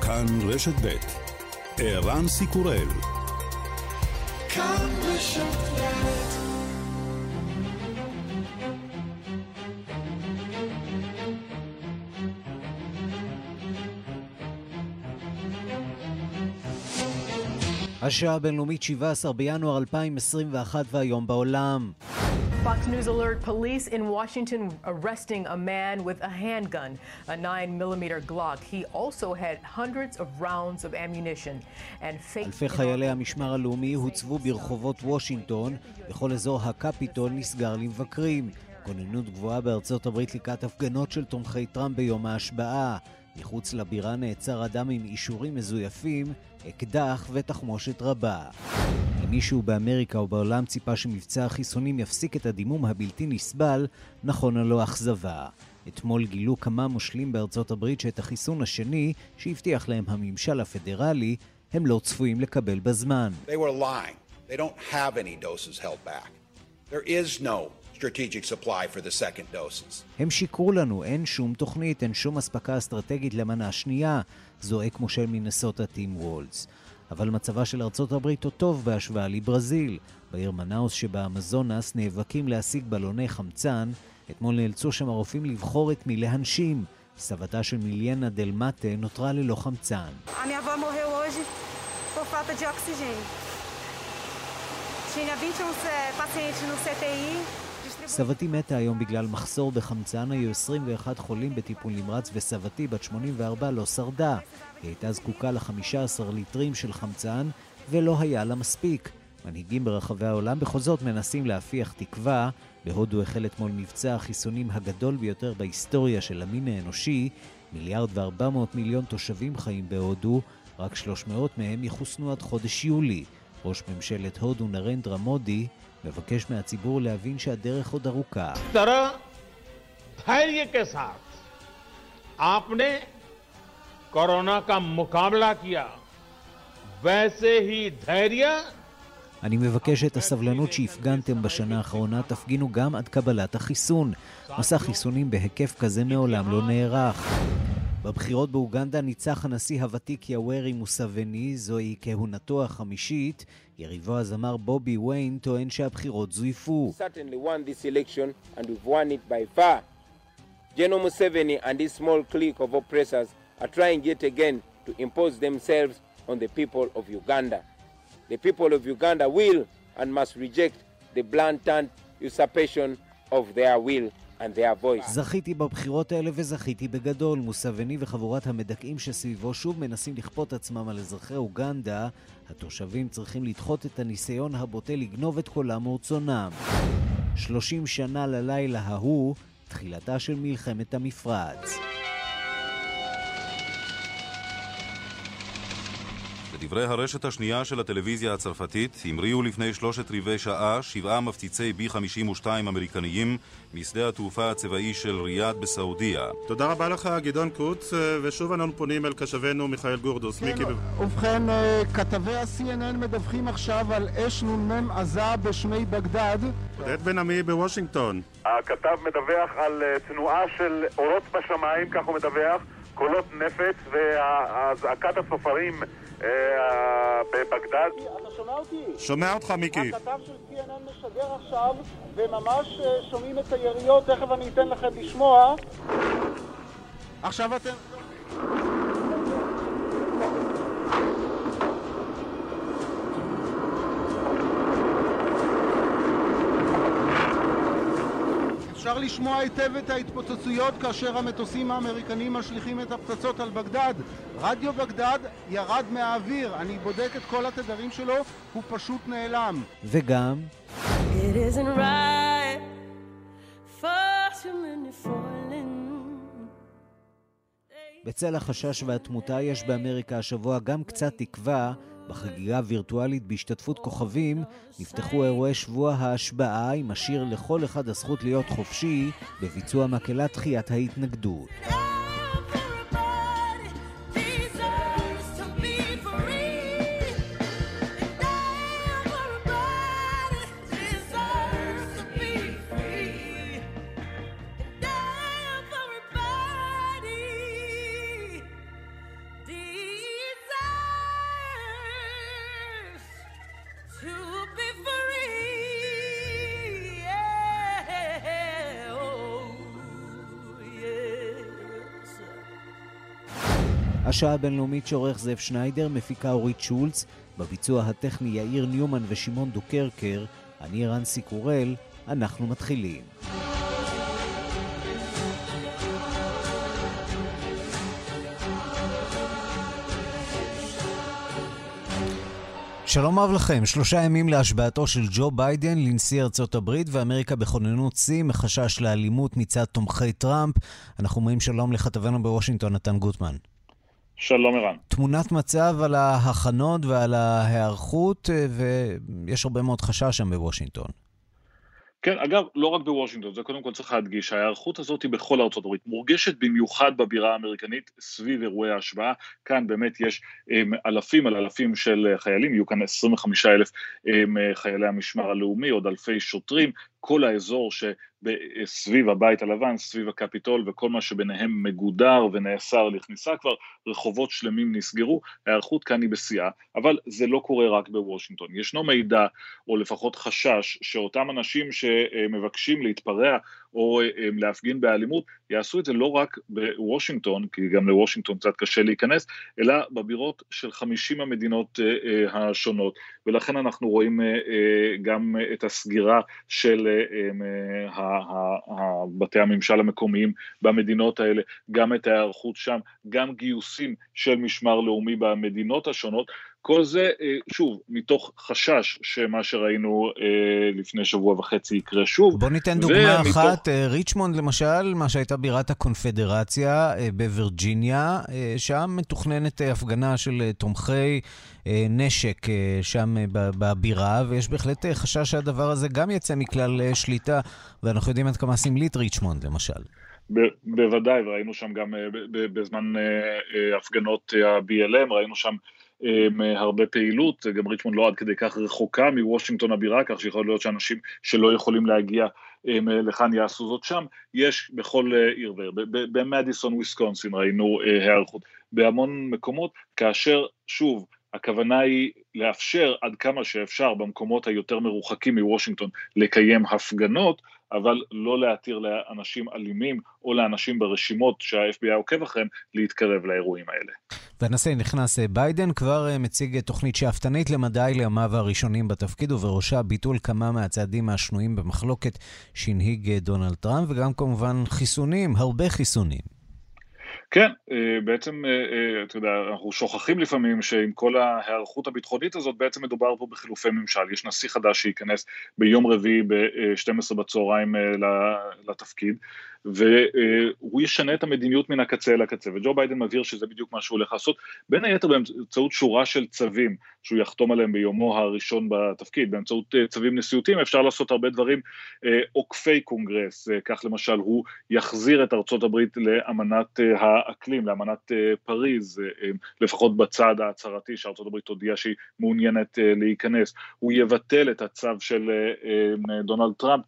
כאן רשת ב' ערן סיקורל. כאן רשת ב'. השעה הבינלאומית 17 בינואר 2021 והיום בעולם. Fox News alert police in Washington arresting a man with a handgun, a 9mm Glock. He also had hundreds of rounds of ammunition and אלפי חיילי המשמר הלאומי הוצבו ברחובות וושינגטון, בכל אזור הקפיטול נסגר למבקרים. כוננות גבוהה בארצות הברית לקראת הפגנות של תומכי טראמפ ביום ההשבעה. מחוץ לבירה נעצר אדם עם אישורים מזויפים, אקדח ותחמושת רבה. מישהו באמריקה או בעולם ציפה שמבצע החיסונים יפסיק את הדימום הבלתי נסבל, נכון לו אכזבה. אתמול גילו כמה מושלים בארצות הברית שאת החיסון השני, שהבטיח להם הממשל הפדרלי, הם לא צפויים לקבל בזמן. They were lying. They don't have any doses held back. There is no strategic supply for the second doses. הם שיקרו לנו, אין שום תוכנית, אין שום אספקה אסטרטגית למנה השנייה, זועק מושל מינסוטה טים וולץ. אבל מצבה של ארצות הברית הוא טוב בהשוואה לברזיל. בעיר מנאוס שבאמזונס נאבקים להשיג בלוני חמצן. אתמול נאלצו שם הרופאים לבחור את מי להנשים. סבתה של מיליאנה דל מטה נותרה ללא חמצן. A minha avó morreu hoje por falta de oxigênio. Tinha 21 pacientes no CTI. סבתי מתה היום בגלל מחסור בחמצן. היו 21 חולים בטיפול נמרץ וסבתי בת 84 לא שרדה. היא הייתה זקוקה ל-15 ליטרים של חמצן ולא היה לה מספיק. מנהיגים ברחבי העולם בכל זאת מנסים להפיח תקווה. בהודו החל אתמול מבצע החיסונים הגדול ביותר בהיסטוריה של המין האנושי. 1,400 מיליון תושבים חיים בהודו, רק 300 מהם יחוסנו עד חודש יולי. ראש ממשלת הודו נרנדרה מודי מבקש מהציבור להבין שהדרך עוד ארוכה. तरह धैर्य के साथ आपने कोरोना का मुकाबला किया, वैसे ही धैर्य. אני מבקש את הסבלנות שהפגנתם בשנה האחרונה, תפגינו גם עד קבלת החיסון. מסע חיסונים בהיקף כזה מעולם לא נערך. בבחירות באוגנדה ניצח הנשיא הוותיק יאוורי מוסווני, זוהי כהונתו החמישית. יריבו הזמר בובי ויין טוען שהבחירות זויפו. Certainly won this election and we've won it by far. General Museveni and his small clique of oppressors are trying yet again to impose themselves on the people of Uganda. The people of Uganda will and must reject the blatant usurpation of their will and their voice. זכיתי בבחירות האלה וזכיתי בגדול. מוסווני וחבורת המדכאים שסביבו שוב מנסים לכפות עצמם על אזרחי אוגנדה. התושבים צריכים לדחות את הניסיון הבוטה לגנוב את קולם ורצונם. 30 שנה ללילה ההוא, תחילתה של מלחמת המפרץ. דברי הרשת השנייה של הטלוויזיה הצרפתית המריאו לפני 3/4 שעה 7 מפציצי B-52 אמריקניים משדה התעופה הצבאי של ריאד בסעודיה. תודה רבה לך גדעון קוץ, ושוב אנו פונים אל קשבנו מיכאל גורדוס. כן, ובכן, כתבי ה-CNN מדווחים עכשיו על אש נ"מ עזה בשמי בגדד. עודד בן עמי בוושינגטון. הכתב מדווח על תנועה של אורות בשמיים, כך הוא מדווח, קולות נפץ והזעקת הסופרים בבגדד. אתה שומע אותי? שומע אותך מיקי. הכתב של CNN משדר עכשיו וממש שומעים את היריות, תכף אני אתן לכם לשמוע. עכשיו אתם... אפשר לשמוע היטב את ההתפוצצויות כאשר המטוסים האמריקנים משליכים את הפצצות על בגדד. רדיו בגדד ירד מהאוויר, אני בודק את כל התדרים שלו, הוא פשוט נעלם. וגם It isn't right for too many falling. בצל החשש והתמותה יש באמריקה השבוע גם קצת תקווה. בחגיגה וירטואלית בהשתתפות כוכבים נפתחו אירועי שבוע ההשבעה עם השיר לכל אחד הזכות להיות חופשי בביצוע מקהלת תחיית ההתנגדות. השעה הבינלאומית שעורך זאב שניידר, מפיקה אורית שולץ, בביצוע הטכני יאיר ניומן ושמעון דוקרקר, אני רנסי קורל, אנחנו מתחילים. שלום רב לכם, 3 ימים להשבעתו של ג'ו ביידן לנשיא ארצות הברית, ואמריקה בכוננות שיא מחשש לאלימות מצד תומכי טראמפ. אנחנו אומרים שלום לכתבנו בוושינגטון, נתן גוטמן. שלום ערן. תמונת מצב על ההכנות ועל ההיערכות, ויש הרבה מאוד חשש שם בוושינגטון. כן, אגב, לא רק בוושינגטון, זה קודם כל צריך להדגיש, ההיערכות הזאת היא בכל ארצות הברית, מורגשת במיוחד בבירה האמריקנית סביב אירועי ההשבעה, כאן באמת יש אלפים על אלפים של חיילים, יהיו כאן 25,000 חיילי המשמר הלאומי, עוד אלפי שוטרים, כל האזור סביב הבית הלבן, סביב הקפיטול וכל מה שביניהם מגודר ונאסר לכניסה, כבר רחובות שלמים נסגרו, ההיערכות כאן היא בשיאה, אבל זה לא קורה רק בוושינגטון. ישנו מידע, או לפחות חשש, שאותם אנשים שמבקשים להתפרע או להפגין באלימות, יעשו את זה לא רק בוושינגטון, כי גם לוושינגטון קצת קשה להיכנס, אלא בבירות של 50 המדינות השונות, ולכן אנחנו רואים גם את הסגירה של בתי הממשל המקומיים במדינות האלה, גם את ההיערכות שם, גם גיוסים של משמר לאומי במדינות השונות, כל זה, שוב, מתוך חשש שמה שראינו לפני שבוע וחצי יקרה שוב. בוא ניתן דוגמה אחת, ריצ'מונד למשל, מה שהייתה בירת הקונפדרציה בווירג'יניה, שם מתוכננת הפגנה של תומכי נשק שם בבירה, ויש בהחלט חשש שהדבר הזה גם יצא מכלל שליטה, ואנחנו יודעים עד כמה סמלית ריצ'מונד למשל. בוודאי, וראינו שם גם בזמן הפגנות ה-BLM, ראינו שם הרבה פעילות, גם ריצ'מונד לא עד כדי כך רחוקה מוושינגטון הבירה, כך שיכול להיות שאנשים שלא יכולים להגיע לכאן יעשו זאת שם, יש בכל עיר ועיר, במדיסון וויסקונסין ראינו הערכות, בהמון מקומות, כאשר שוב, הכוונה היא לאפשר עד כמה שאפשר במקומות היותר מרוחקים מוושינגטון לקיים הפגנות, אבל לא להתיר לאנשים אלימים או לאנשים ברשימות שה-FBI עוקב אחריהם להתקרב לאירועים האלה. והנשיא נכנס ביידן כבר מציג תוכנית שאפתנית למדי לימיו הראשונים בתפקיד, ובראשה ביטול כמה מהצעדים השנויים במחלוקת שהנהיג דונלד טראמפ, וגם כמובן חיסונים, הרבה חיסונים. כן, בעצם, אתה יודע, אנחנו שוכחים לפעמים שעם כל ההיערכות הביטחונית הזאת, בעצם מדובר פה בחילופי ממשל. יש נשיא חדש שייכנס ביום רביעי ב-12 בצהריים לתפקיד, והוא ישנה את המדיניות מן הקצה אל הקצה, וג'ו ביידן מבהיר שזה בדיוק מה שהוא הולך לעשות, בין היתר באמצעות שורה של צווים, שהוא יחתום עליהם ביומו הראשון בתפקיד, באמצעות צווים נשיאותיים, אפשר לעשות הרבה דברים עוקפי קונגרס, כך למשל הוא יחזיר את ארצות הברית לאמנת האקלים, לאמנת פריז, לפחות בצד ההצהרתי שארצות הברית הודיעה שהיא מעוניינת להיכנס, הוא יבטל את הצו של דונלד טראמפ,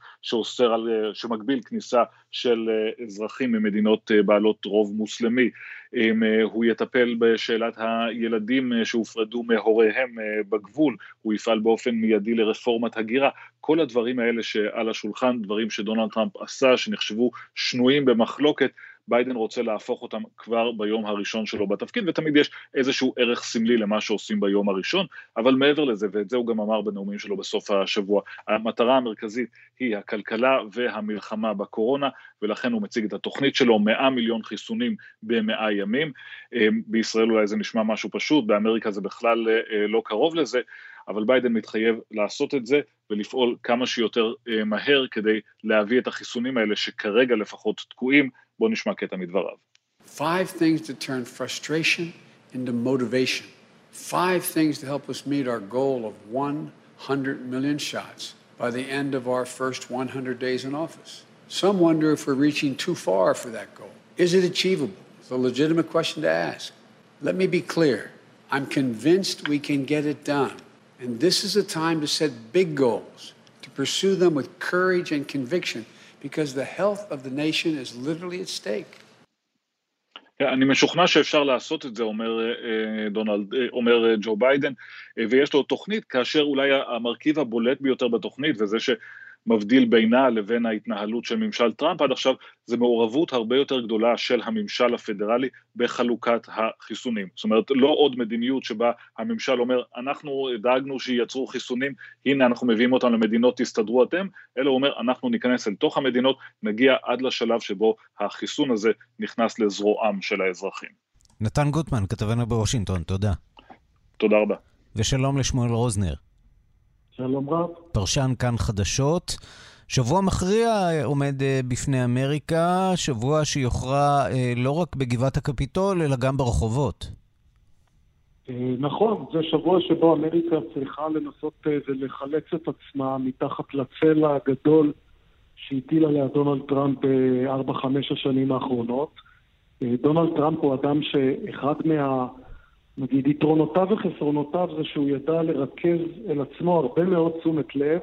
שמגביל כניסה של אזרחים ממדינות בעלות רוב מוסלמי, הוא יטפל בשאלת הילדים שהופרדו מהוריהם בגבול, הוא יפעל באופן מיידי לרפורמת הגירה, כל הדברים האלה שעל השולחן, דברים שדונלד טראמפ עשה, שנחשבו שנויים במחלוקת, ביידן רוצה להפוך אותם כבר ביום הראשון שלו בתפקיד, ותמיד יש איזשהו ערך סמלי למה שעושים ביום הראשון, אבל מעבר לזה, ואת זה הוא גם אמר בנאומים שלו בסוף השבוע, המטרה המרכזית היא הכלכלה והמלחמה בקורונה, ולכן הוא מציג את התוכנית שלו, 100 מיליון חיסונים ב100 ימים, בישראל אולי זה נשמע משהו פשוט, באמריקה זה בכלל לא קרוב לזה, אבל ביידן מתחייב לעשות את זה, ולפעול כמה שיותר מהר, כדי להביא את החיסונים האלה, שכרגע לפחות תקועים, בוא נשמע קטע מדבריו. 5 things to turn frustration into motivation. 5 things to help us meet our goal of 100 million shots by the end of our first 100 days in office. Some wonder if we're reaching too far for that goal. Is it achievable? It's a legitimate question to ask. Let me be clear. I'm convinced we can get it done. And this is a time to set big goals, to pursue them with courage and conviction, because the health of the nation is literally at stake. אני משוכנע שאפשר לעשות את זה, אומר ג'ו ביידן, ויש לו תוכנית, כאשר אולי המרכיב הבולט ביותר בתוכנית, וזה מבדיל בינה לבין ההתנהלות של ממשל טראמפ עד עכשיו, זה מעורבות הרבה יותר גדולה של הממשל הפדרלי בחלוקת החיסונים. זאת אומרת, לא עוד מדיניות שבה הממשל אומר, אנחנו דאגנו שייצרו חיסונים, הנה אנחנו מביאים אותם למדינות, תסתדרו אתם, אלא הוא אומר, אנחנו ניכנס אל תוך המדינות, נגיע עד לשלב שבו החיסון הזה נכנס לזרועם של האזרחים. נתן גוטמן, כתבנו בוושינגטון, תודה. תודה רבה. ושלום לשמואל רוזנר. שלום רב. פרשן כאן חדשות. שבוע מכריע עומד בפני אמריקה, שבוע שיוכרע לא רק בגבעת הקפיטול, אלא גם ברחובות. נכון, זה שבוע שבו אמריקה צריכה לנסות ולחלץ את עצמה מתחת לצל הגדול שהטיל עליה דונלד טראמפ ב4-5 השנים האחרונות. דונלד טראמפ הוא אדם שאחד נגיד יתרונותיו וחסרונותיו זה שהוא ידע לרכז אל עצמו הרבה מאוד תשומת לב,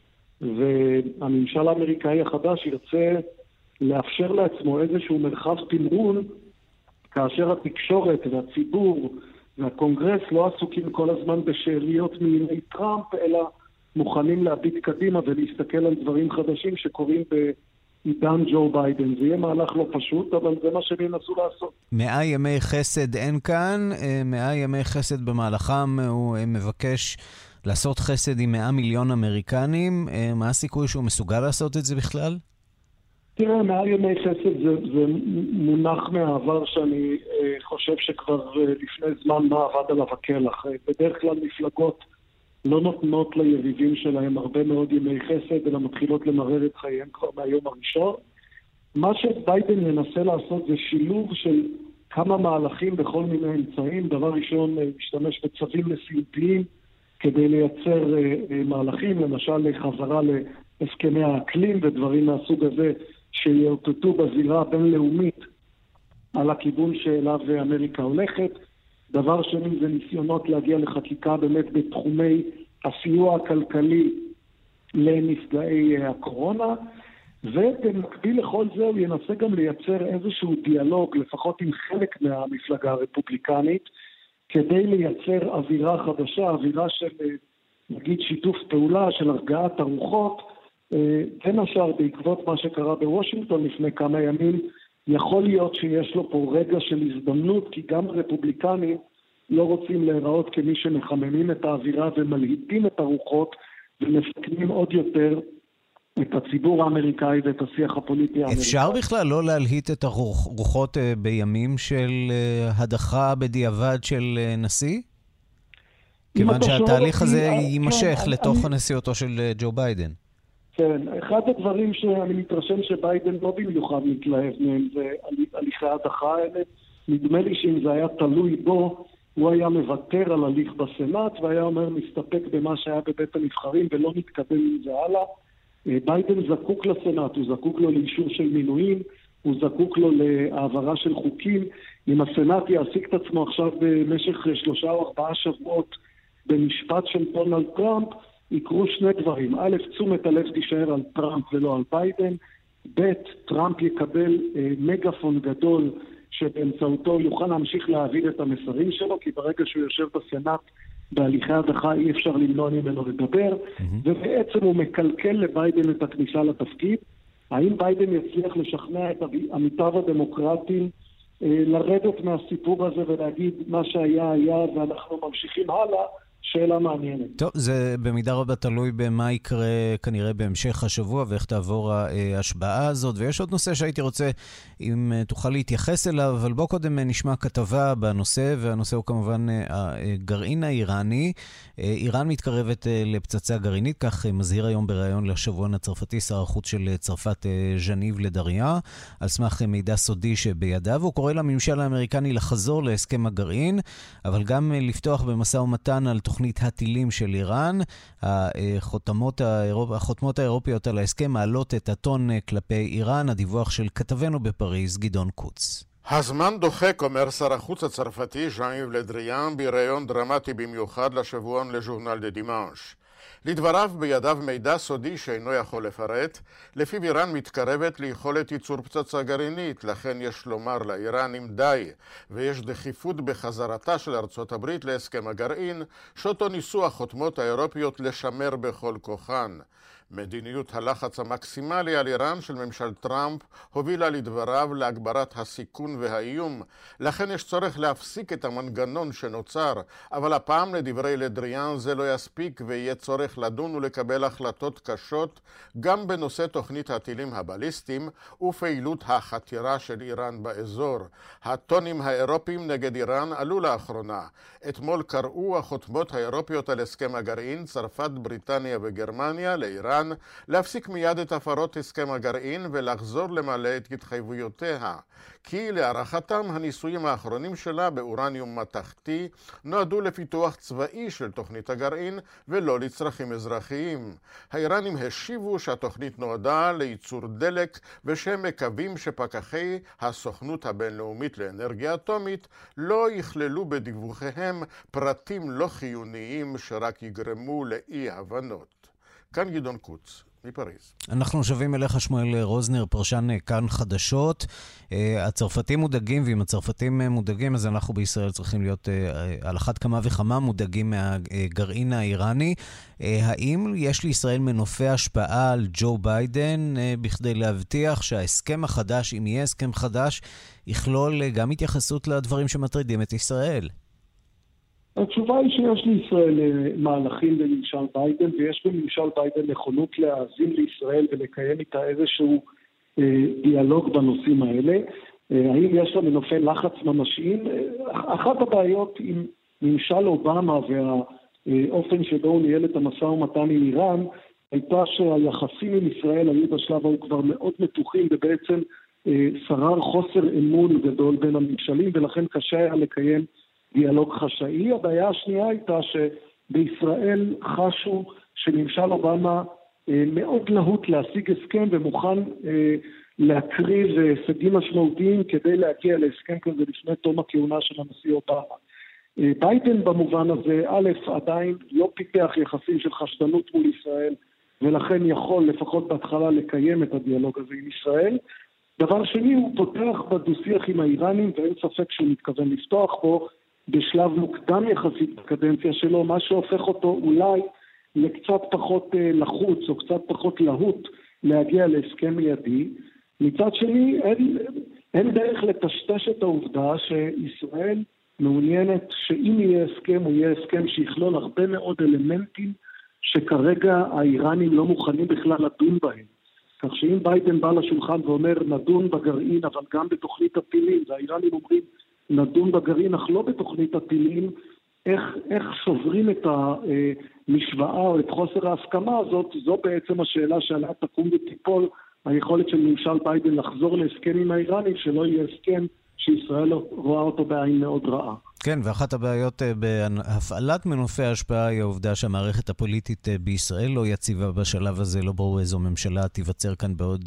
והממשל האמריקאי החדש ירצה לאפשר לעצמו איזשהו מרחב תמרון, כאשר התקשורת והציבור והקונגרס לא עסוקים כל הזמן בשאריות מימי טראמפ, אלא מוכנים להביט קדימה ולהסתכל על דברים חדשים שקורים בעידן ג'ו ביידן. זה יהיה מהלך לא פשוט, אבל זה מה שהם ינסו לעשות. 100 ימי חסד אין כאן, 100 ימי חסד במהלכם הוא מבקש לעשות חסד עם 100 מיליון אמריקנים. מה הסיכוי שהוא מסוגל לעשות את זה בכלל? תראה, 100 ימי חסד זה מונח מהעבר שאני חושב שכבר לפני זמן מה עבד עליו הכלח. בדרך כלל מפלגות לא נותנות ליריבים שלהם הרבה מאוד ימי חסד, אלא מתחילות למרר את חייהם כבר מהיום הראשון. מה שביידן מנסה לעשות זה שילוב של כמה מהלכים בכל מיני אמצעים. דבר ראשון, משתמש בצווים נשיאותיים כדי לייצר מהלכים, למשל חזרה להסכמי האקלים ודברים מהסוג הזה שיאותתו בזירה הבינלאומית על הכיוון שאליו אמריקה הולכת. דבר שני זה ניסיונות להגיע לחקיקה באמת בתחומי הסיוע הכלכלי לנפגעי הקורונה, ובמקביל לכל זה הוא ינסה גם לייצר איזשהו דיאלוג, לפחות עם חלק מהמפלגה הרפובליקנית, כדי לייצר אווירה חדשה, אווירה של נגיד שיתוף פעולה, של הרגעת הרוחות. בין השאר בעקבות מה שקרה בוושינגטון לפני כמה ימים, יכול להיות שיש לו פה רגע של הזדמנות, כי גם רפובליקנים לא רוצים להיראות כמי שמחממים את האווירה ומלהיטים את הרוחות ומסכנים עוד יותר את הציבור האמריקאי ואת השיח הפוליטי האמריקאי. אפשר בכלל לא להלהיט את הרוחות בימים של הדחה בדיעבד של נשיא? כיוון שהתהליך הזה יימשך לתוך הנשיאותו של ג'ו ביידן. כן, אחד הדברים שאני מתרשם שביידן לא במיוחד מתלהב מהם זה הליכי הדחה האלה. נדמה לי שאם זה היה תלוי בו, הוא היה מוותר על הליך בסנאט והיה אומר מסתפק במה שהיה בבית הנבחרים ולא מתקדם עם זה הלאה. ביידן זקוק לסנאט, הוא זקוק לו לאישור של מינויים, הוא זקוק לו להעברה של חוקים. אם הסנאט יעסיק את עצמו עכשיו במשך 3 או 4 שבועות במשפט של דונלד טראמפ, יקרו שני דברים. א', תשומת הלב תישאר על טראמפ ולא על ביידן. ב', טראמפ יקבל מגפון גדול שבאמצעותו יוכל להמשיך להעביר את המסרים שלו, כי ברגע שהוא יושב בסנאט בהליכי הדחה אי אפשר למנוע ממנו לדבר, ובעצם הוא מקלקל לביידן את הכניסה לתפקיד. האם ביידן יצליח לשכנע את עמיתיו הדמוקרטים לרדת מהסיפור הזה ולהגיד מה שהיה היה ואנחנו ממשיכים הלאה? שאלה מעניינת. טוב, זה במידה רבה תלוי במה יקרה כנראה בהמשך השבוע ואיך תעבור ההשבעה הזאת, ויש עוד נושא שהייתי רוצה אם תוכל להתייחס אליו, אבל בוא קודם נשמע כתבה בנושא, והנושא הוא כמובן הגרעין האיראני. איראן מתקרבת לפצצה גרעינית, כך מזהיר היום בראיון לשבועון הצרפתי שר החוץ של צרפת ז'ניב לדריה, על סמך מידע סודי שבידיו. הוא קורא לממשל האמריקני לחזור להסכם הגרעין, אבל גם לפתוח במשא ומתן על תוכנית הטילים של איראן. החותמות האירופיות על ההסכם מעלות את הטון כלפי איראן. הדיווח של כתבנו בפריז, גדעון קוץ. הזמן דוחק, אומר שר החוץ הצרפתי ז'אן-יב לדריאן בראיון דרמטי במיוחד לשבועון לז'ורנל דה דימנש. לדבריו בידיו מידע סודי שאינו יכול לפרט, לפיו איראן מתקרבת ליכולת ייצור פצצה גרעינית, לכן יש לומר לאיראנים די, ויש דחיפות בחזרתה של ארצות הברית להסכם הגרעין, שאותו ניסו החותמות האירופיות לשמר בכל כוחן. מדיניות הלחץ המקסימלי על איראן של ממשל טראמפ הובילה לדבריו להגברת הסיכון והאיום. לכן יש צורך להפסיק את המנגנון שנוצר, אבל הפעם לדברי לדריאן זה לא יספיק ויהיה צורך לדון ולקבל החלטות קשות גם בנושא תוכנית הטילים הבליסטיים ופעילות החתירה של איראן באזור. הטונים האירופיים נגד איראן עלו לאחרונה. אתמול קראו החותמות האירופיות על הסכם הגרעין, צרפת, בריטניה וגרמניה, לאיראן להפסיק מיד את הפרות הסכם הגרעין ולחזור למלא את התחייבויותיה. כי להערכתם הניסויים האחרונים שלה באורניום מתכתי נועדו לפיתוח צבאי של תוכנית הגרעין ולא לצרכים אזרחיים. האיראנים השיבו שהתוכנית נועדה לייצור דלק ושהם מקווים שפקחי הסוכנות הבינלאומית לאנרגיה אטומית לא יכללו בדיווחיהם פרטים לא חיוניים שרק יגרמו לאי הבנות. כאן גדעון קוץ מפריז. אנחנו שווים אליך שמואל רוזנר, פרשן כאן חדשות. הצרפתים מודאגים, ואם הצרפתים מודאגים אז אנחנו בישראל צריכים להיות על אחת כמה וכמה מודאגים מהגרעין האיראני. האם יש לישראל מנופי השפעה על ג'ו ביידן בכדי להבטיח שההסכם החדש, אם יהיה הסכם חדש, יכלול גם התייחסות לדברים שמטרידים את ישראל? התשובה היא שיש לישראל מהלכים בממשל ביידן, ויש בממשל ביידן נכונות להאזין לישראל ולקיים איתה איזשהו דיאלוג בנושאים האלה. האם יש לה מנופי לחץ ממשיים? אחת הבעיות עם ממשל אובמה והאופן שבו הוא ניהל את המשא ומתן עם איראן, הייתה שהיחסים עם ישראל היו בשלב ההוא כבר מאוד מתוחים, ובעצם שרר חוסר אמון גדול בין הממשלים, ולכן קשה היה לקיים דיאלוג חשאי. הבעיה השנייה הייתה שבישראל חשו שממשל אובמה מאוד להוט להשיג הסכם ומוכן להקריב הישגים משמעותיים כדי להגיע להסכם כזה לפני תום הכהונה של הנשיא אובמה. ביידן במובן הזה, א', עדיין לא פיתח יחסים של חשדנות מול ישראל, ולכן יכול לפחות בהתחלה לקיים את הדיאלוג הזה עם ישראל. דבר שני, הוא פותח בדו-שיח עם האיראנים, ואין ספק שהוא מתכוון לפתוח בו בשלב מוקדם יחסית בקדנציה שלו, מה שהופך אותו אולי לקצת פחות לחוץ או קצת פחות להוט להגיע להסכם מיידי. מצד שני, אין דרך לטשטש את העובדה שישראל מעוניינת שאם יהיה הסכם, הוא יהיה הסכם שיכלול הרבה מאוד אלמנטים שכרגע האיראנים לא מוכנים בכלל לדון בהם. כך שאם ביידן בא לשולחן ואומר נדון בגרעין אבל גם בתוכנית הטילים, והאיראנים אומרים נדון בגרעין אך לא בתוכנית הטילים, איך שוברים את המשוואה או את חוסר ההסכמה הזאת, זו בעצם השאלה שעליה תקום ותיפול היכולת של ממשל ביידן לחזור להסכם עם האיראנים, שלא יהיה הסכם שישראל רואה אותו בעין מאוד רעה. כן, ואחת הבעיות בהפעלת מנופי ההשפעה היא העובדה שהמערכת הפוליטית בישראל לא יציבה בשלב הזה, לא ברור איזו ממשלה תיווצר כאן בעוד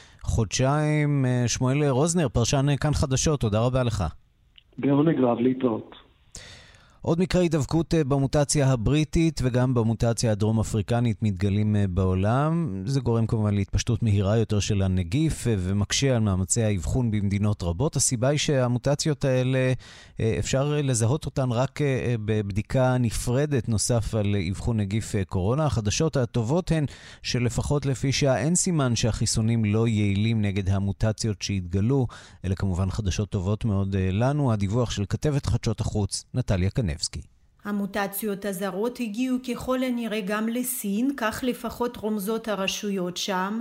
חודשיים. שמואל רוזנר, פרשן כאן חדשות, תודה רבה לך. בעונג רב, להתראות. עוד מקרי הידבקות במוטציה הבריטית וגם במוטציה הדרום אפריקנית מתגלים בעולם. זה גורם כמובן להתפשטות מהירה יותר של הנגיף ומקשה על מאמצי האבחון במדינות רבות. הסיבה היא שהמוטציות האלה אפשר לזהות אותן רק בבדיקה נפרדת נוסף על אבחון נגיף קורונה. החדשות הטובות הן שלפחות לפי שעה אין סימן שהחיסונים לא יעילים נגד המוטציות שהתגלו. אלה כמובן חדשות טובות מאוד לנו. הדיווח של כתבת חדשות החוץ נטליה קנבסקי. המוטציות הזרות הגיעו ככל הנראה גם לסין, כך לפחות רומזות הרשויות שם.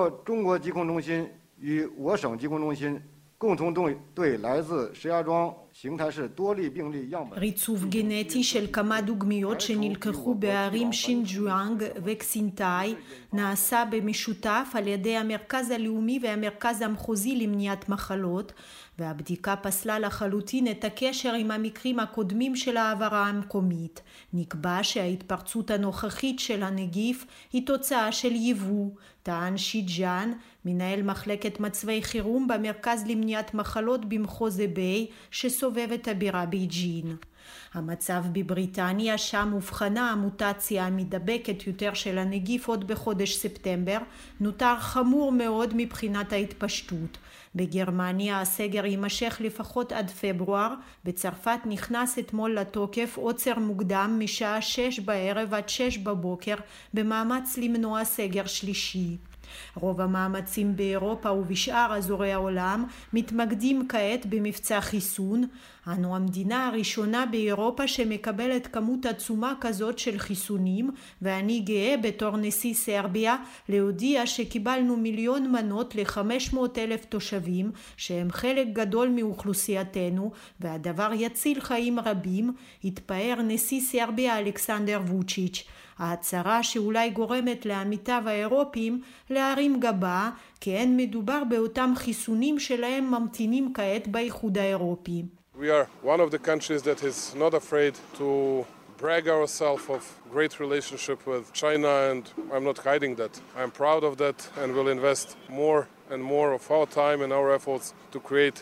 ריצוף גנטי של כמה דוגמיות שנלקחו בערים שינג'ואנג וקסינטאי נעשה במשותף על ידי המרכז הלאומי והמרכז המחוזי למניעת מחלות, והבדיקה פסלה לחלוטין את הקשר עם המקרים הקודמים של העברה המקומית. נקבע שההתפרצות הנוכחית של הנגיף היא תוצאה של יבוא, טען שיג'אן, מנהל מחלקת מצבי חירום במרכז למניעת מחלות במחוז ביי שסובב את הבירה בייג'ין. המצב בבריטניה, שם הובחנה המוטציה המדבקת יותר של הנגיף עוד בחודש ספטמבר, נותר חמור מאוד מבחינת ההתפשטות. בגרמניה הסגר יימשך לפחות עד פברואר. בצרפת נכנס אתמול לתוקף עוצר מוקדם משעה 6 בערב עד 6 בבוקר במאמץ למנוע סגר שלישי. רוב המאמצים באירופה ובשאר אזורי העולם מתמקדים כעת במבצע חיסון. אנו המדינה הראשונה באירופה שמקבלת כמות עצומה כזאת של חיסונים, ואני גאה בתור נשיא סרביה להודיע שקיבלנו 1,000,000 מנות ל-500,000 תושבים, שהם חלק גדול מאוכלוסייתנו, והדבר יציל חיים רבים, התפאר נשיא סרביה אלכסנדר ווצ'יץ'. ההצהרה שאולי גורמת לעמיתיו האירופיים להרים גבה, כי אין מדובר באותם חיסונים שלהם ממתינים כעת באיחוד האירופי. We are one of the countries that is not afraid to brag ourselves of great relationship with China, and I'm not hiding that. I'm proud of that and will invest more and more of our time and our efforts to create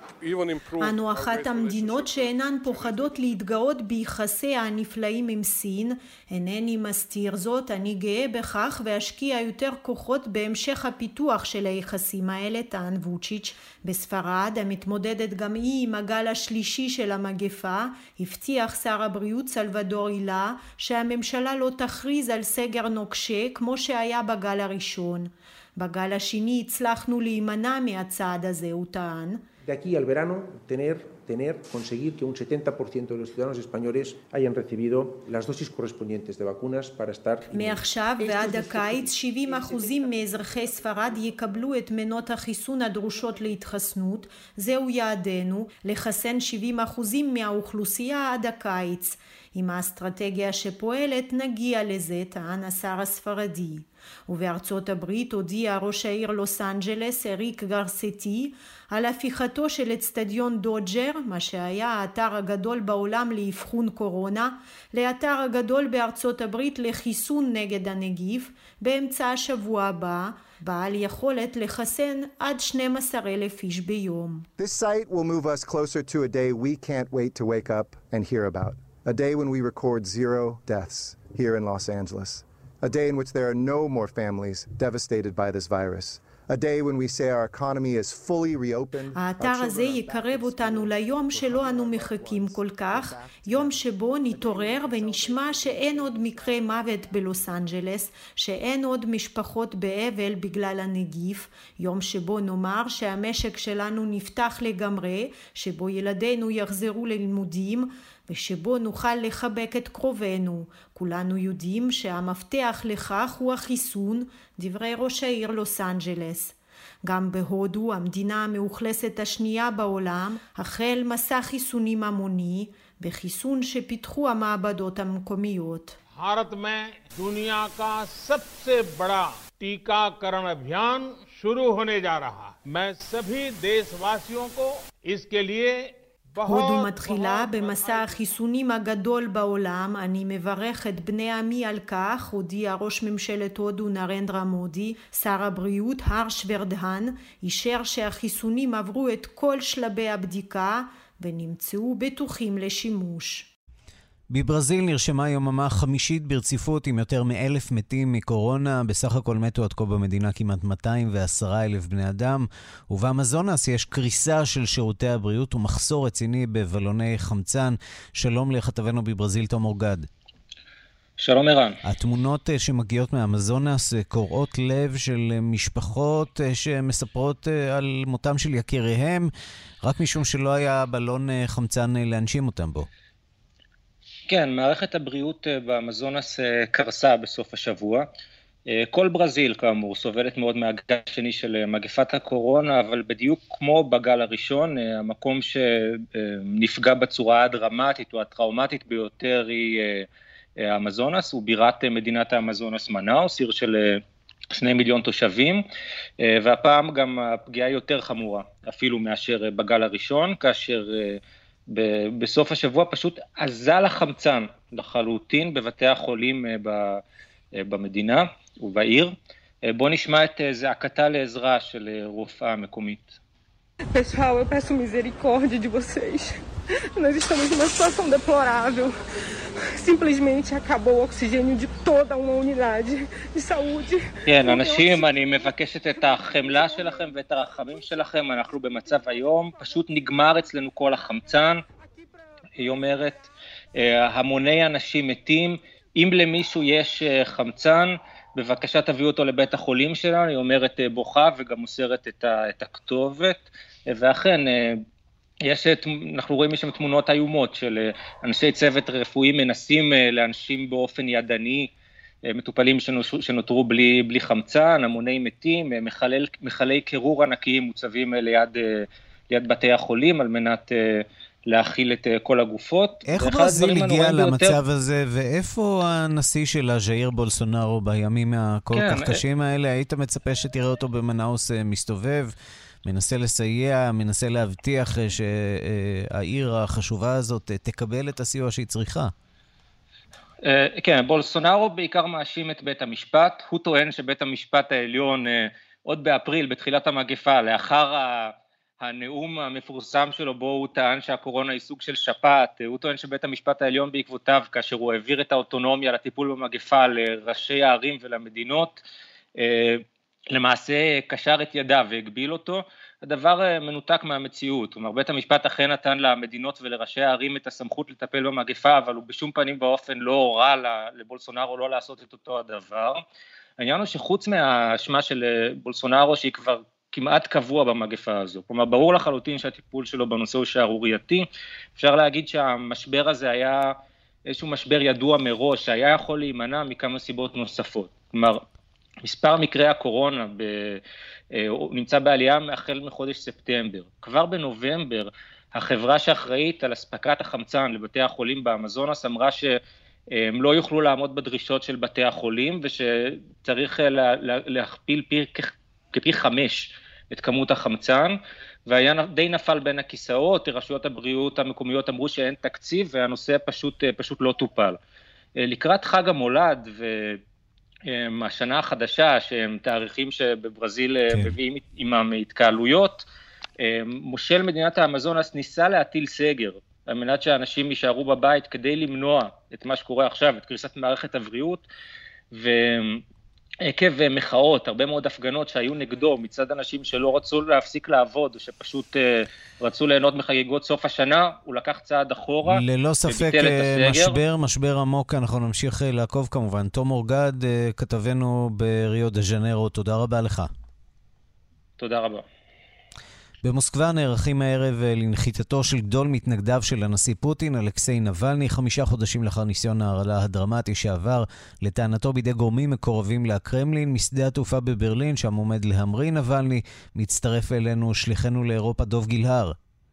אנו אחת המדינות שאינן פוחדות להתגאות ביחסי הנפלאים עם סין. אינני מסתיר זאת, אני גאה בכך ואשקיע יותר כוחות בהמשך הפיתוח של היחסים האלה, טען ווצ'יץ'. בספרד, המתמודדת גם היא עם הגל השלישי של המגפה, הבטיח שר הבריאות סלבדור אילה שהממשלה לא תכריז על סגר נוקשה כמו שהיה בגל הראשון. בגל השני הצלחנו להימנע מהצעד הזה, הוא טען. De aquí al verano conseguir que un 70% de los ciudadanos españoles hayan recibido las dosis correspondientes de vacunas para estar... מעכשיו ועד הקיץ 70% מאזרחי ספרד יקבלו את מנות החיסון הדרושות להתחסנות. זהו יעדנו, לחסן 70% מהאוכלוסייה עד הקיץ. עם האסטרטגיה שפועלת נגיע לזה, טען השר הספרדי. ובארצות הברית הודיע ראש העיר לוס אנג'לס אריק גרסטי על הפיכתו של אצטדיון דודג'ר, מה שהיה האתר הגדול בעולם לאבחון קורונה, לאתר הגדול בארצות הברית לחיסון נגד הנגיף באמצע השבוע הבא, בעל יכולת לחסן עד 12,000 איש ביום. This site will move us closer to a day we can't wait to wake up and hear about. A day when we record 0 deaths here in Los Angeles. A day in which there are no more families devastated by this virus. A day when we say our economy is fully reopened. האתר הזה יקרב אותנו ליום שלא אנו מחכים כל כך, יום שבו נתעורר ונשמע שאין עוד מקרה מוות בלוס אנג'לס, שאין עוד משפחות באבל בגלל הנגיף, יום שבו נאמר שהמשק שלנו נפתח לגמרי, שבו ילדינו יחזרו ללימודים, ושבו נוכל לחבק את קרובינו. כולנו יודעים שהמפתח לכך הוא החיסון, דברי ראש העיר לוס אנג'לס. גם בהודו, המדינה המאוכלסת השנייה בעולם, החל מסע חיסונים המוני, בחיסון שפיתחו המעבדות המקומיות. भारत में दुनिया का सबसे बड़ा टीकाकरण अभियान शुरू होने जा रहा है। मैं सभी देशवासियों को इसके लिए הודו מתחילה במסע החיסונים הגדול בעולם. אני מברך את בני עמי על כך, הודיע ראש ממשלת הודו נרנדרה מודי. שר הבריאות הרש ורדהן אישר שהחיסונים עברו את כל שלבי הבדיקה ונמצאו בטוחים לשימוש. בברזיל נרשמה יוממה חמישית ברציפות עם יותר מ1,000 מתים מקורונה. בסך הכל מתו עד כה במדינה כמעט 210,000 בני אדם. ובאמזונס יש קריסה של שירותי הבריאות ומחסור רציני בבלוני חמצן. שלום לכתבנו בברזיל תום אורגד. שלום ערן. התמונות שמגיעות מהאמזונס קוראות לב של משפחות שמספרות על מותם של יקיריהם, רק משום שלא היה בלון חמצן להנשים אותם בו. כן, מערכת הבריאות באמזונס קרסה בסוף השבוע. כל ברזיל, כאמור, סובלת מאוד מהגל השני של מגפת הקורונה, אבל בדיוק כמו בגל הראשון, המקום שנפגע בצורה הדרמטית או הטראומטית ביותר היא האמזונס, הוא בירת מדינת האמזונס מנאוס, עיר של 2 מיליון תושבים, והפעם גם הפגיעה יותר חמורה, אפילו מאשר בגל הראשון, כאשר בסוף השבוע פשוט אזל החמצן לחלוטין בבתי החולים במדינה ובעיר. בוא נשמע את זעקתה לעזרה של רופאה מקומית. Pessoal, eu peço misericórdia de vocês. Nós estamos numa situação deplorável. Simplesmente acabou o oxigênio de toda uma unidade de saúde. כן, אנשים, אני מבקשת את החמלה שלכם ואת הרחמים שלכם, אנחנו במצב היום, פשוט נגמר אצלנו כל החמצן, היא אומרת, המוני אנשים מתים, אם למישהו יש חמצן, בבקשה תביאו אותו לבית החולים שלנו, היא אומרת בוכה וגם מוסרת את הכתובת, ואכן, אנחנו רואים משם תמונות איומות של אנשי צוות רפואי מנסים לאנשים באופן ידני, מטופלים שנותרו בלי חמצן, המוני מתים, מחלי קירור ענקיים מוצבים ליד בתי החולים על מנת להכיל את כל הגופות. איך ברזיל הגיע למצב הזה, ואיפה הנשיא שלה, ז'איר בולסונארו, בימים הכל כך קשים האלה? היית מצפה שתראה אותו במנאוס מסתובב, מנסה לסייע, מנסה להבטיח שהעיר החשובה הזאת תקבל את הסיוע שהיא צריכה. כן, בולסונארו בעיקר מאשים את בית המשפט, הוא טוען שבית המשפט העליון עוד באפריל, בתחילת המגפה, לאחר הנאום המפורסם שלו בו הוא טען שהקורונה היא סוג של שפעת, הוא טוען שבית המשפט העליון בעקבותיו, כאשר הוא העביר את האוטונומיה לטיפול במגפה לראשי הערים ולמדינות, למעשה קשר את ידיו והגביל אותו, הדבר מנותק מהמציאות, כלומר בית המשפט אכן נתן למדינות ולראשי הערים את הסמכות לטפל במגפה, אבל הוא בשום פנים באופן לא הורה לבולסונארו לא לעשות את אותו הדבר. העניין הוא שחוץ מהאשמה של בולסונארו שהיא כבר כמעט קבוע במגפה הזו, כלומר ברור לחלוטין שהטיפול שלו בנושא הוא שערורייתי, אפשר להגיד שהמשבר הזה היה איזשהו משבר ידוע מראש, שהיה יכול להימנע מכמה סיבות נוספות, כלומר מספר מקרי הקורונה נמצא בעלייה החל מחודש ספטמבר. כבר בנובמבר, החברה שאחראית על הספקת החמצן לבתי החולים באמזונס אמרה שהם לא יוכלו לעמוד בדרישות של בתי החולים, ושצריך להכפיל כפי 5 את כמות החמצן, והיה די נפל בין הכיסאות, רשויות הבריאות המקומיות אמרו שאין תקציב, והנושא פשוט לא טופל. לקראת חג המולד השנה החדשה, שהם תאריכים שבברזיל מביאים עימם התקהלויות, מושל מדינת האמזונס ניסה להטיל סגר, על מנת שאנשים יישארו בבית כדי למנוע את מה שקורה עכשיו, את קריסת מערכת הבריאות, ועקב מחאות, הרבה מאוד הפגנות שהיו נגדו, מצד אנשים שלא רצו להפסיק לעבוד, או שפשוט רצו ליהנות מחגיגות סוף השנה, הוא לקח צעד אחורה. ללא ספק משבר עמוק, אנחנו נמשיך לעקוב כמובן. תום אורגד, כתבנו בריו דה ז'נרו, תודה רבה לך. תודה רבה. במוסקבה נערכים הערב לנחיתתו של גדול מתנגדיו של הנשיא פוטין, אלכסיי נבלני, 5 חודשים לאחר ניסיון ההרעלה הדרמטי שעבר לטענתו בידי גורמים מקורבים לקרמלין. משדה התעופה בברלין, שם עומד להמריא נבלני, מצטרף אלינו שליחנו לאירופה דוב גילהר.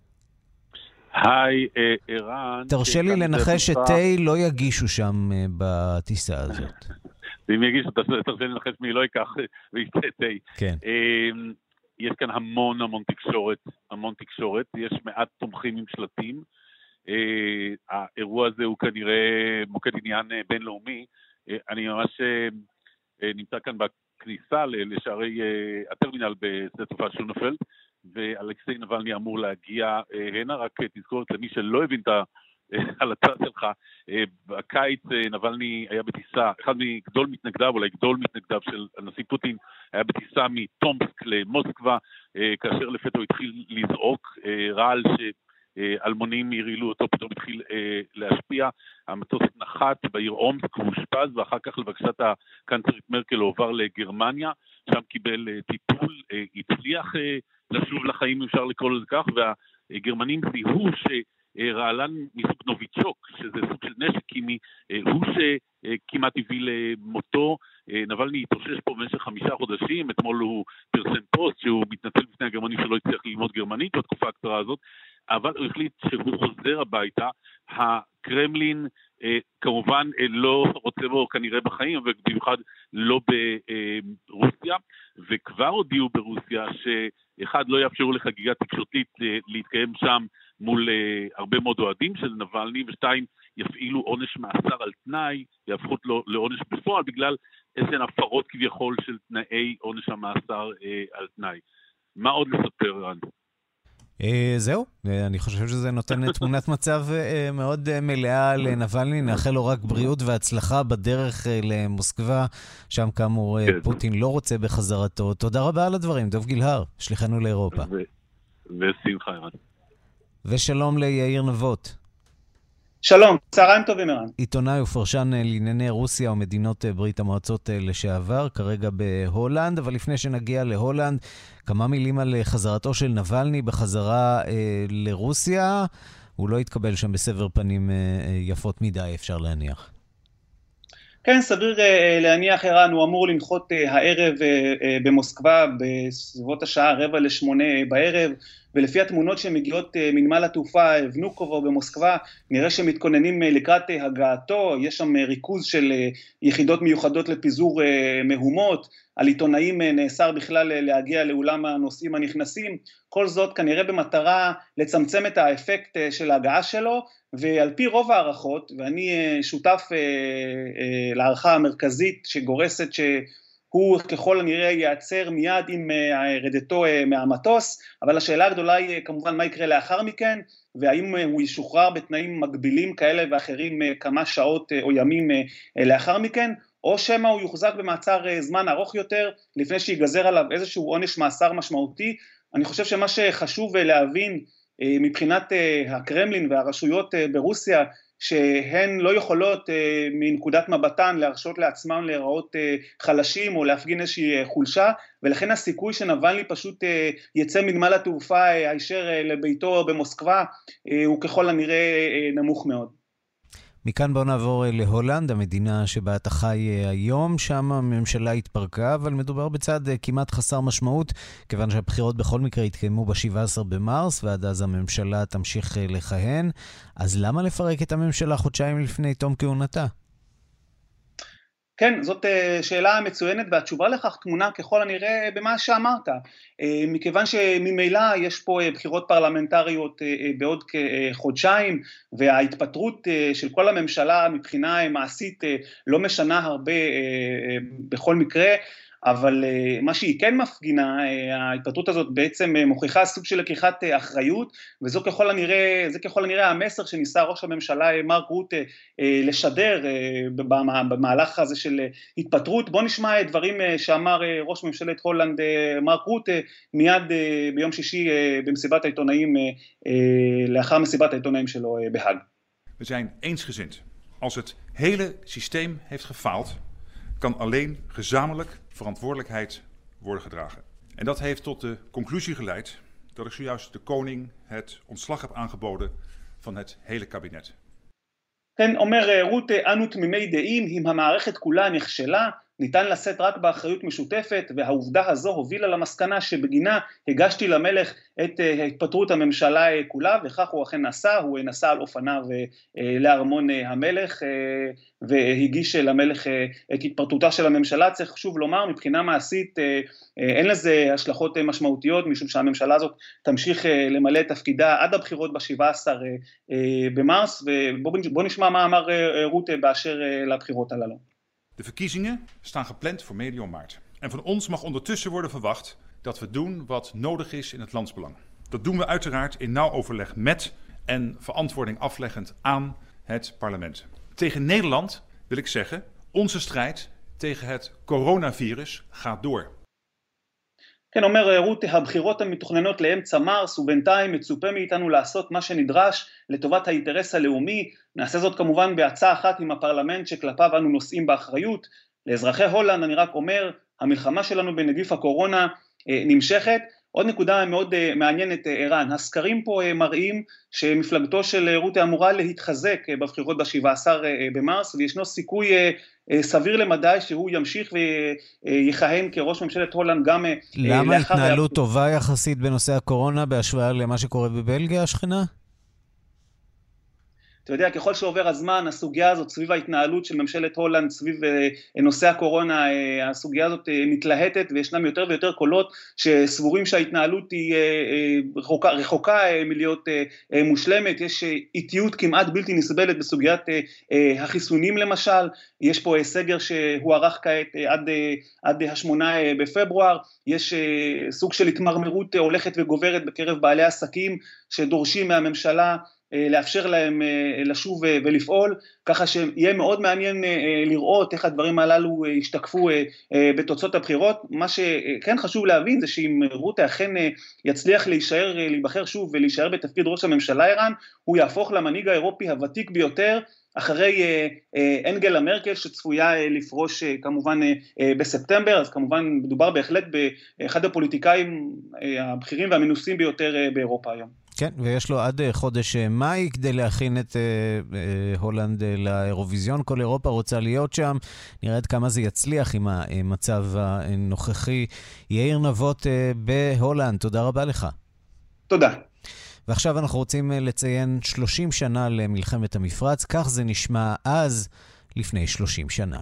היי, ערן. תרשה לי לנחש שתי לא יגישו שם בטיסה הזאת. ואם יגישו, תרשה לי לנחש מי לא ייקח וישתה תי. כן. יש כאן המון תקשורת, יש מעט תומכים עם שלטים, האירוע הזה הוא כנראה מוקד עניין בינלאומי, אני ממש נמצא כאן בכניסה לשערי הטרמינל בשדה תעופה שונפלד, ואלכסיי נבלני אמור להגיע הנה, רק תזכורת למי שלא הבין את על הצד שלך, בקיץ נבלני היה בטיסה, אחד מגדול מתנגדיו, אולי גדול מתנגדיו של הנשיא פוטין, היה בטיסה מטומסק למוסקבה, כאשר לפתע הוא התחיל לזעוק, רעל שאלמונים הרעילו אותו, פתאום התחיל להשפיע, המטוס נחת בעיר אומסק, הוא אושפז, ואחר כך לבקשת הקנצלרית מרקל הוא עבר לגרמניה, שם קיבל טיפול, הצליח לשוב לחיים, אפשר לקרוא לזה כך, והגרמנים זיהו רעלן מסוג נוביצ'וק, שזה סוג של נשק קימי, הוא שכמעט הביא למותו. נבלני התאושש פה במשך 5 חודשים, אתמול הוא פרסם פוסט שהוא מתנצל בפני הגרמנים שלא הצליח ללמוד גרמנית בתקופה הקצרה הזאת, אבל הוא החליט שהוא חוזר הביתה. הקרמלין כמובן לא רוצה בו כנראה בחיים, ובמיוחד לא ברוסיה, וכבר הודיעו ברוסיה שאחד לא יאפשרו לחגיגה תקשורתית להתקיים שם מול הרבה מאוד אוהדים של נבלני, ושתיים יפעילו עונש מאסר על תנאי, יהפכו לו לעונש בפועל בגלל איזשהן הפרות כביכול של תנאי עונש המאסר על תנאי. מה עוד לספר, רן? זהו, אני חושב שזה נותן תמונת מצב מאוד מלאה לנבלני, נאחל לו רק בריאות והצלחה בדרך למוסקבה, שם כאמור פוטין לא רוצה בחזרתו. תודה רבה על הדברים, דב גילהר, שליחנו לאירופה. ושמחה ערן. ושלום ליאיר נבות. שלום, צהריים טובים ערן. עיתונאי ופרשן לענייני רוסיה ומדינות ברית המועצות לשעבר, כרגע בהולנד, אבל לפני שנגיע להולנד, כמה מילים על חזרתו של נבלני בחזרה לרוסיה. הוא לא התקבל שם בסבר פנים יפות מדי, אפשר להניח. כן, סביר להניח ערן, הוא אמור לנחות הערב במוסקבה בסביבות השעה 7:45 בערב, ולפי התמונות שמגיעות מנמל התעופה ונוקובו במוסקבה, נראה שמתכוננים לקראת הגעתו, יש שם ריכוז של יחידות מיוחדות לפיזור מהומות, על עיתונאים נאסר בכלל להגיע לאולם הנוסעים הנכנסים, כל זאת כנראה במטרה לצמצם את האפקט של ההגעה שלו, ועל פי רוב הערכות, ואני שותף להערכה המרכזית שגורסת שהוא ככל הנראה ייעצר מיד עם רדתו מהמטוס, אבל השאלה הגדולה היא כמובן מה יקרה לאחר מכן, והאם הוא ישוחרר בתנאים מגבילים כאלה ואחרים כמה שעות או ימים לאחר מכן, או שמא הוא יוחזק במעצר זמן ארוך יותר, לפני שיגזר עליו איזשהו עונש מאסר משמעותי. אני חושב שמה שחשוב להבין מבחינת הקרמלין והרשויות ברוסיה, שהן לא יכולות מנקודת מבטן להרשות לעצמם להיראות חלשים או להפגין איזושהי חולשה, ולכן הסיכוי שנבלני פשוט יצא מנמל התעופה הישר לביתו במוסקבה הוא ככל הנראה נמוך מאוד. מכאן בואו נעבור להולנד, המדינה שבה אתה חי היום, שם הממשלה התפרקה, אבל מדובר בצד כמעט חסר משמעות, כיוון שהבחירות בכל מקרה התקיימו ב-17 במרס, ועד אז הממשלה תמשיך לכהן. אז למה לפרק את הממשלה חודשיים לפני תום כהונתה? כן, זאת שאלה מצוינת, והתשובה לכך תמונה ככל הנראה במה שאמרת, מכיוון שממילא יש פה בחירות פרלמנטריות בעוד כחודשיים, וההתפטרות של כל הממשלה מבחינה מעשית לא משנה הרבה בכל מקרה, אבל מה שהיא כן מפגינה, ההתפטרות הזאת בעצם מוכיחה סוג של לקיחת אחריות, וזה ככל הנראה המסר שניסה ראש הממשלה מרק רוטה לשדר במהלך הזה של התפטרות. בוא נשמע דברים שאמר ראש ממשלת הולנד מרק רוטה מיד ביום שישי במסיבת העיתונאים, לאחר מסיבת העיתונאים שלו בהאג. We zijn eensgezind. Als het hele systeem heeft gefaald, kan alleen gezamenlijk verantwoordelijkheid worden gedragen. En dat heeft tot de conclusie geleid dat ik zojuist de koning het ontslag heb aangeboden van het hele kabinet. כן, אומר רוטה, אנו תמימי דעים, אם המערכת כולה נכשלה, ניתן לשאת רק באחריות משותפת, והעובדה הזו הובילה למסקנה שבגינה הגשתי למלך את התפטרות הממשלה כולה, וכך הוא אכן נסע, הוא נסע על אופניו לארמון המלך, והגיש למלך את התפטרותה של הממשלה. צריך שוב לומר, מבחינה מעשית אין לזה השלכות משמעותיות, משום שהממשלה הזאת תמשיך למלא את תפקידה עד הבחירות ב-17 במרס, ובוא נשמע מה אמר רוטה באשר לבחירות הללו. De verkiezingen staan gepland voor medio maart. En van ons mag ondertussen worden verwacht dat we doen wat nodig is in het landsbelang. Dat doen we uiteraard in nauw overleg met en verantwoording afleggend aan het parlement. Tegen Nederland wil ik zeggen, onze strijd tegen het coronavirus gaat door. כן, אומר רוטה, הבחירות המתוכננות לאמצע מרס, ובינתיים מצופה מאיתנו לעשות מה שנדרש לטובת האינטרס הלאומי. נעשה זאת כמובן בהצעה אחת עם הפרלמנט שכלפיו אנו נושאים באחריות. לאזרחי הולנד אני רק אומר, המלחמה שלנו בנגיף הקורונה נמשכת. עוד נקודה מאוד מעניינת ערן, הסקרים פה מראים שמפלגתו של רוטה אמורה להתחזק בבחירות ב-17 במרס, וישנו סיכוי סביר למדי שהוא ימשיך ויכהן כראש ממשלת הולנד גם למה התנהלות טובה יחסית בנושא הקורונה בהשוואה למה שקורה בבלגיה השכנה? אתה יודע, ככל שעובר הזמן, הסוגיה הזאת סביב ההתנהלות של ממשלת הולנד, סביב נושא הקורונה, הסוגיה הזאת מתלהטת, וישנם יותר ויותר קולות שסבורים שההתנהלות היא רחוקה מלהיות מושלמת, יש איטיות כמעט בלתי נסבלת בסוגיית החיסונים למשל, יש פה סגר שהוארך כעת עד ה-8 בפברואר, יש סוג של התמרמרות הולכת וגוברת בקרב בעלי עסקים שדורשים מהממשלה לאפשר להם לשוב ולפעול, ככה שיהיה מאוד מעניין לראות איך הדברים הללו ישתקפו בתוצאות הבחירות. מה שכן חשוב להבין זה שאם רוטה אכן יצליח להיבחר שוב ולהישאר בתפקיד ראש הממשלה איראן, הוא יהפוך למנהיג האירופי הוותיק ביותר, אחרי אנגלה מרקל שצפויה לפרוש כמובן בספטמבר, אז כמובן מדובר בהחלט באחד הפוליטיקאים הבכירים והמנוסים ביותר באירופה היום. כן, ויש לו עד חודש מאי כדי להכין את הולנד לאירוויזיון. כל אירופה רוצה להיות שם. נראה עד כמה זה יצליח עם המצב הנוכחי. יאיר נבות בהולנד, תודה רבה לך. תודה. ועכשיו אנחנו רוצים לציין 30 שנה למלחמת המפרץ. כך זה נשמע אז, לפני 30 שנה.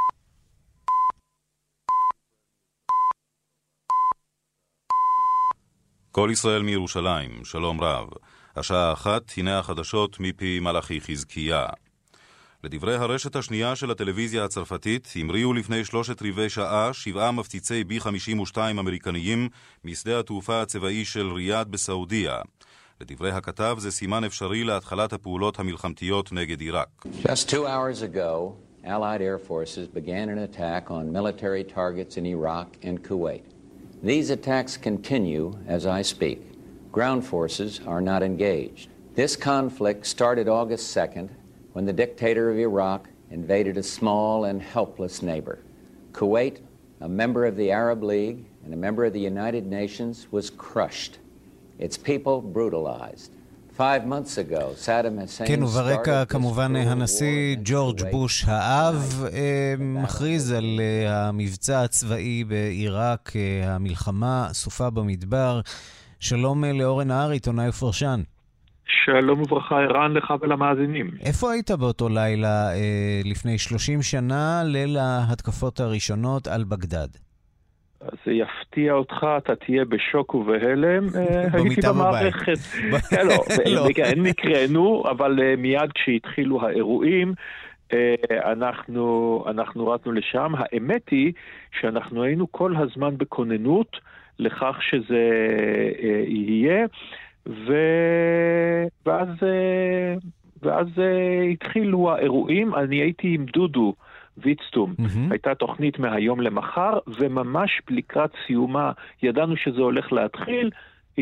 כל ישראל מירושלים, שלום רב. השעה 1, הנה החדשות מפי מלאכי חזקיה. לדברי הרשת השנייה של הטלוויזיה הצרפתית, המריאו לפני 3/4 שעה 7 מפציצי B-52 אמריקניים משדה התעופה הצבאי של ריאד בסעודיה. לדברי הכתב זה סימן אפשרי להתחלת הפעולות המלחמתיות נגד עיראק. Just 2 hours ago, Allied air forces began an attack on military targets in Iraq and Kuwait. These attacks continue as I speak. Ground forces are not engaged. This conflict started August 2nd when the dictator of Iraq invaded a small and helpless neighbor. Kuwait, a member of the Arab League and a member of the United Nations, was crushed. Its people brutalized. 5 months ago, Saddam Hussein כן, וברקע כמובן הנשיא ג'ורג' בוש האב מכריז על המבצע הצבאי בעיראק, המלחמה סופה במדבר. שלום לאורן ההר, עיתונאי ופרשן. שלום וברכה, ערן לך ולמאזינים. איפה היית באותו לילה לפני 30 שנה, ליל ההתקפות הראשונות על בגדד? אז זה יפתיע אותך, אתה תהיה בשוק ובהלם. הייתי במערכת. אין מקראנו, אבל מיד כשהתחילו האירועים, אנחנו רצנו לשם. האמת היא שאנחנו היינו כל הזמן בכוננות לכך שזה יהיה, ואז התחילו האירועים. אני הייתי עם דודו ויצטום. הייתה תוכנית מהיום למחר, וממש לקראת סיומה ידענו שזה הולך להתחיל,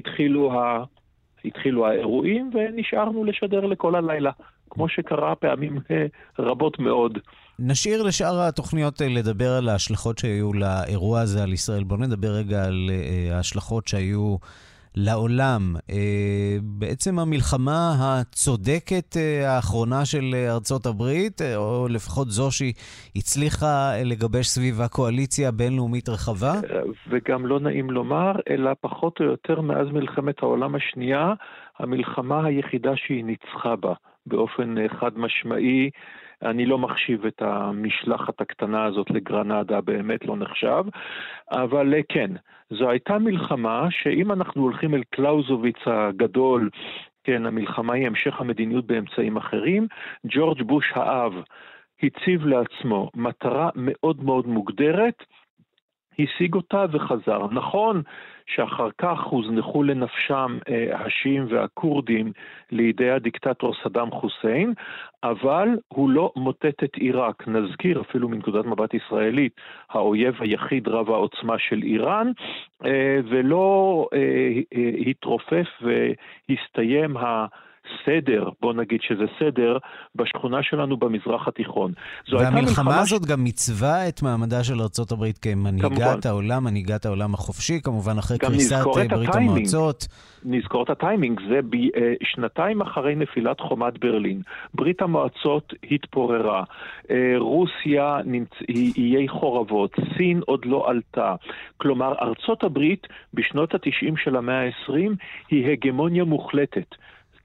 התחילו האירועים, ונשארנו לשדר לכל הלילה, כמו שקרה פעמים רבות מאוד. נשאיר לשאר התוכניות לדבר על ההשלכות שהיו לאירוע הזה על ישראל. בואו נדבר רגע על ההשלכות שהיו לעולם. בעצם המלחמה הצודקת האחרונה של ארצות הברית, או לפחות זו שהיא הצליחה לגבש סביבה קואליציה בינלאומית רחבה? וגם לא נעים לומר, אלא פחות או יותר מאז מלחמת העולם השנייה, המלחמה היחידה שהיא ניצחה בה, באופן חד משמעי. אני לא מחשיב את המשלחת הקטנה הזאת לגרנדה, באמת לא נחשב, אבל כן, זו הייתה מלחמה שאם אנחנו הולכים אל קלאוזוביץ הגדול, כן, המלחמה היא המשך המדיניות באמצעים אחרים, ג'ורג' בוש האב הציב לעצמו מטרה מאוד מאוד מוגדרת, השיג אותה וחזר. נכון שאחר כך הוזנחו לנפשם השיעים והקורדים לידי הדיקטטור סדאם חוסיין, אבל הוא לא מוטט את עיראק. נזכיר אפילו מנקודת מבט ישראלית, האויב היחיד רב העוצמה של איראן, ולא התרופף והסתיים סדר, בוא נגיד שזה סדר, בשכונה שלנו במזרח התיכון. והמלחמה הזאת גם מצווה את מעמדה של ארצות הברית כמנהיגת העולם, מנהיגת העולם החופשי, כמובן אחרי קריסת ברית המועצות. נזכור את הטיימינג, זה שנתיים אחרי נפילת חומת ברלין. ברית המועצות התפוררה, רוסיה היא איי חורבות, סין עוד לא עלתה. כלומר, ארצות הברית בשנות ה-90 של המאה ה-20 היא הגמוניה מוחלטת.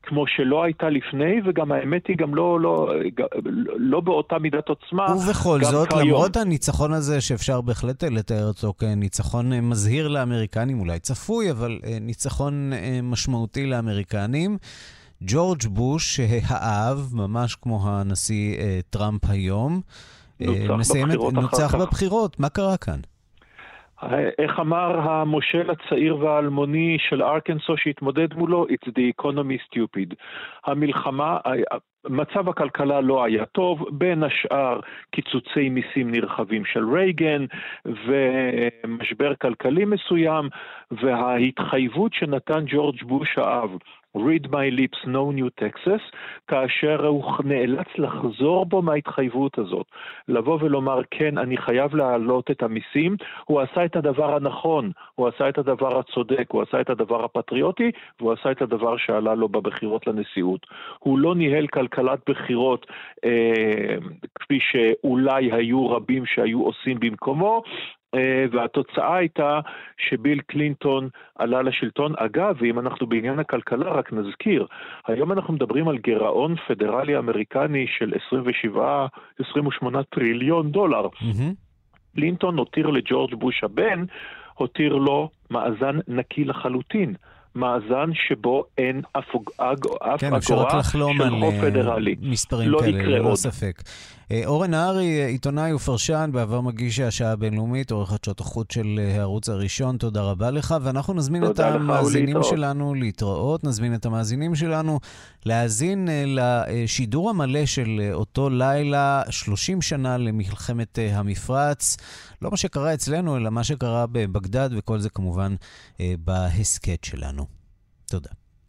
כמו שלא הייתה לפני, וגם האמת היא גם לא באותה מידת עוצמה. ובכל זאת, למרות הניצחון הזה שאפשר בהחלט לתאר אותו כניצחון מזהיר לאמריקנים, אולי צפוי, אבל ניצחון משמעותי לאמריקנים, ג'ורג' בוש, האב, ממש כמו הנשיא טראמפ היום, נוצח בבחירות. מה קרה כאן? איך אמר המושל הצעיר והאלמוני של ארקנסו שהתמודד מולו? It's the economy stupid. המלחמה, מצב הכלכלה לא היה טוב, בין השאר קיצוצי מיסים נרחבים של רייגן ומשבר כלכלי מסוים, וההתחייבות שנתן ג'ורג' בוש האב, read my lips, no new Texas, כאשר הוא נאלץ לחזור בו מההתחייבות הזאת, לבוא ולומר, כן, אני חייב להעלות את המיסים, הוא עשה את הדבר הנכון, הוא עשה את הדבר הצודק, הוא עשה את הדבר הפטריוטי, והוא עשה את הדבר שעלה לו בבחירות לנשיאות. הוא לא ניהל כלכלת בחירות כפי שאולי היו רבים שהיו עושים במקומו, והתוצאה הייתה שביל קלינטון עלה לשלטון. אגב, ואם אנחנו בעניין הכלכלה, רק נזכיר, היום אנחנו מדברים על גירעון פדרלי אמריקני של 28 טריליון דולר. קלינטון הותיר לג'ורג' בוש הבן, הותיר לו מאזן נקי לחלוטין. מאזן שבו אין אף אגורה של חוב פדרלי. מספרים כאלה, לא ספק. אורן נהרי, עיתונאי ופרשן, בעבר מגיש השעה הבינלאומית, עורך חדשות החוץ של הערוץ הראשון, תודה רבה לך, ואנחנו נזמין את המאזינים שלנו להתראות, נזמין את המאזינים שלנו להאזין לשידור המלא של אותו לילה, 30 שנה למלחמת המפרץ, לא מה שקרה אצלנו, אלא מה שקרה בבגדד, וכל זה כמובן בהסקט שלנו. תודה.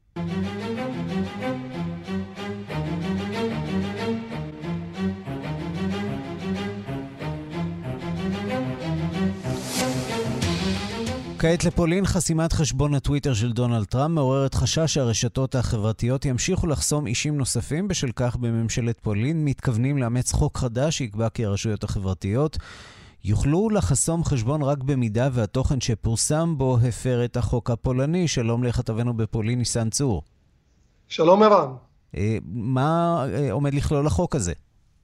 כעת לפולין, חסימת חשבון הטוויטר של דונלד טראמפ מעוררת חשש שהרשתות החברתיות ימשיכו לחסום אישים נוספים. בשל כך בממשלת פולין מתכוונים לאמץ חוק חדש שיקבע כי הרשויות החברתיות יוכלו לחסום חשבון רק במידה והתוכן שפורסם בו הפר את החוק הפולני. שלום לכתבנו בפולין, ניסן צור. שלום ערן. מה עומד לכלול החוק הזה?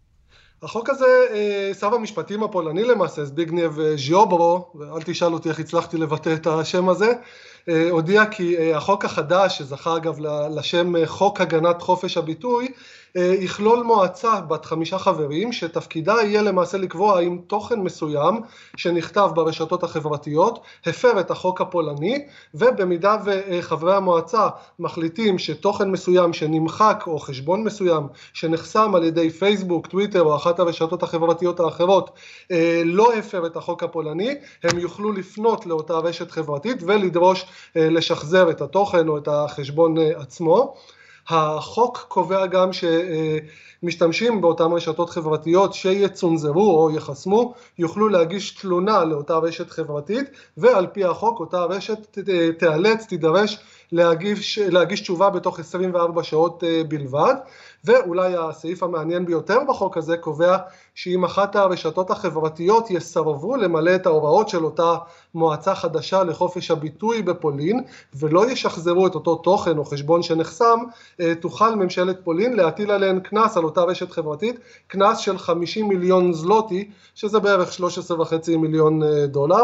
החוק הזה, שר המשפטים הפולני למעשה, זביגנייב ז'יוברו, ואל תשאל אותי איך הצלחתי לבטא את השם הזה, הודיע כי החוק החדש, שזכה אגב לשם חוק הגנת חופש הביטוי, יכלול מועצה בת 5 חברים, שתפקידה יהיה למעשה לקבוע אם תוכן מסוים שנכתב ברשתות החברתיות הפר את החוק הפולני, ובמידה וחברי המועצה מחליטים שתוכן מסוים שנמחק או חשבון מסוים שנחסם על ידי פייסבוק, טוויטר או אחת הרשתות החברתיות האחרות לא הפר את החוק הפולני, הם יוכלו לפנות לאותה רשת חברתית ולדרוש לשחזר את התוכן או את החשבון עצמו. החוק קובע גם שמשתמשים באותן רשתות חברתיות שיצונזרו או יחסמו, יוכלו להגיש תלונה לאותה רשת חברתית, ועל פי החוק אותה רשת תידרש להגיש תשובה בתוך 24 שעות בלבד. ואולי הסעיף המעניין ביותר בחוק הזה קובע שאם אחת הרשתות החברתיות יסרבו למלא את ההוראות של אותה מועצה חדשה לחופש הביטוי בפולין, ולא ישחזרו את אותו תוכן או חשבון שנחסם, תוכל ממשלת פולין להטיל עליהן קנס על אותה רשת חברתית, קנס של 50 מיליון זלוטי, שזה בערך 13.5 מיליון דולר.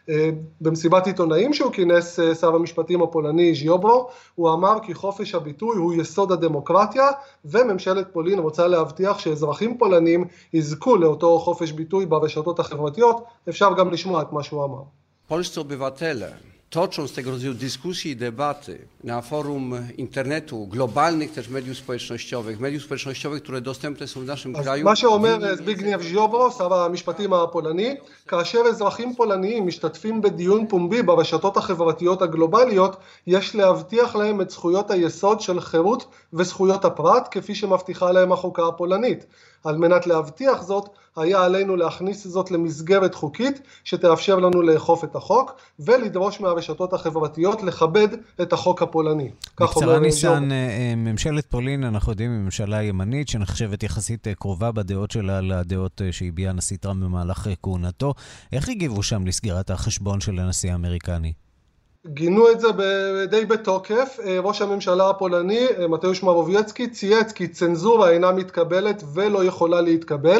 במסיבת עיתונאים שהוא כינס שר המשפטים הפולני ז'יוברו, הוא אמר כי חופש הביטוי הוא יסוד הדמוקרטיה, וממשלת פולין רוצה להבטיח שאזרחים פולנים יזכו לאותו חופש ביטוי ברשתות החברתיות. אפשר גם לשמוע את מה שהוא אמר. Polscy obywatele toczą z tego rodzaju dyskusje i debaty na forum internetu, globalnych też mediów społecznościowych, które dostępne są w naszym kraju. מה שאומר זביגנייב ז'יוברו, שר המשפטים הפולני, כאשר אזרחים פולניים משתתפים בדיון פומבי ברשתות החברתיות הגלובליות, יש להבטיח להם את זכויות היסוד של חירות וזכויות הפרט, כפי שמבטיחה להם החוקה הפולנית. על מנת להבטיח זאת, היה עלינו להכניס זאת למסגרת חוקית שתאפשר לנו לאכוף את החוק, ולדרוש מהרשתות החברתיות לכבד את החוק הפולני. בקצרה ניסן, ממשלת פולין, אנחנו יודעים, היא ממשלה ימנית שנחשבת יחסית קרובה בדעות שלה לדעות שהביע הנשיא טראמפ במהלך כהונתו. איך הגיבו שם לסגירת החשבון של הנשיא האמריקני? גינו את זה די בתוקף. ראש הממשלה הפולני, מתאוש מורובייצקי, צייץ כי צנזורה אינה מתקבלת ולא יכולה להתקבל.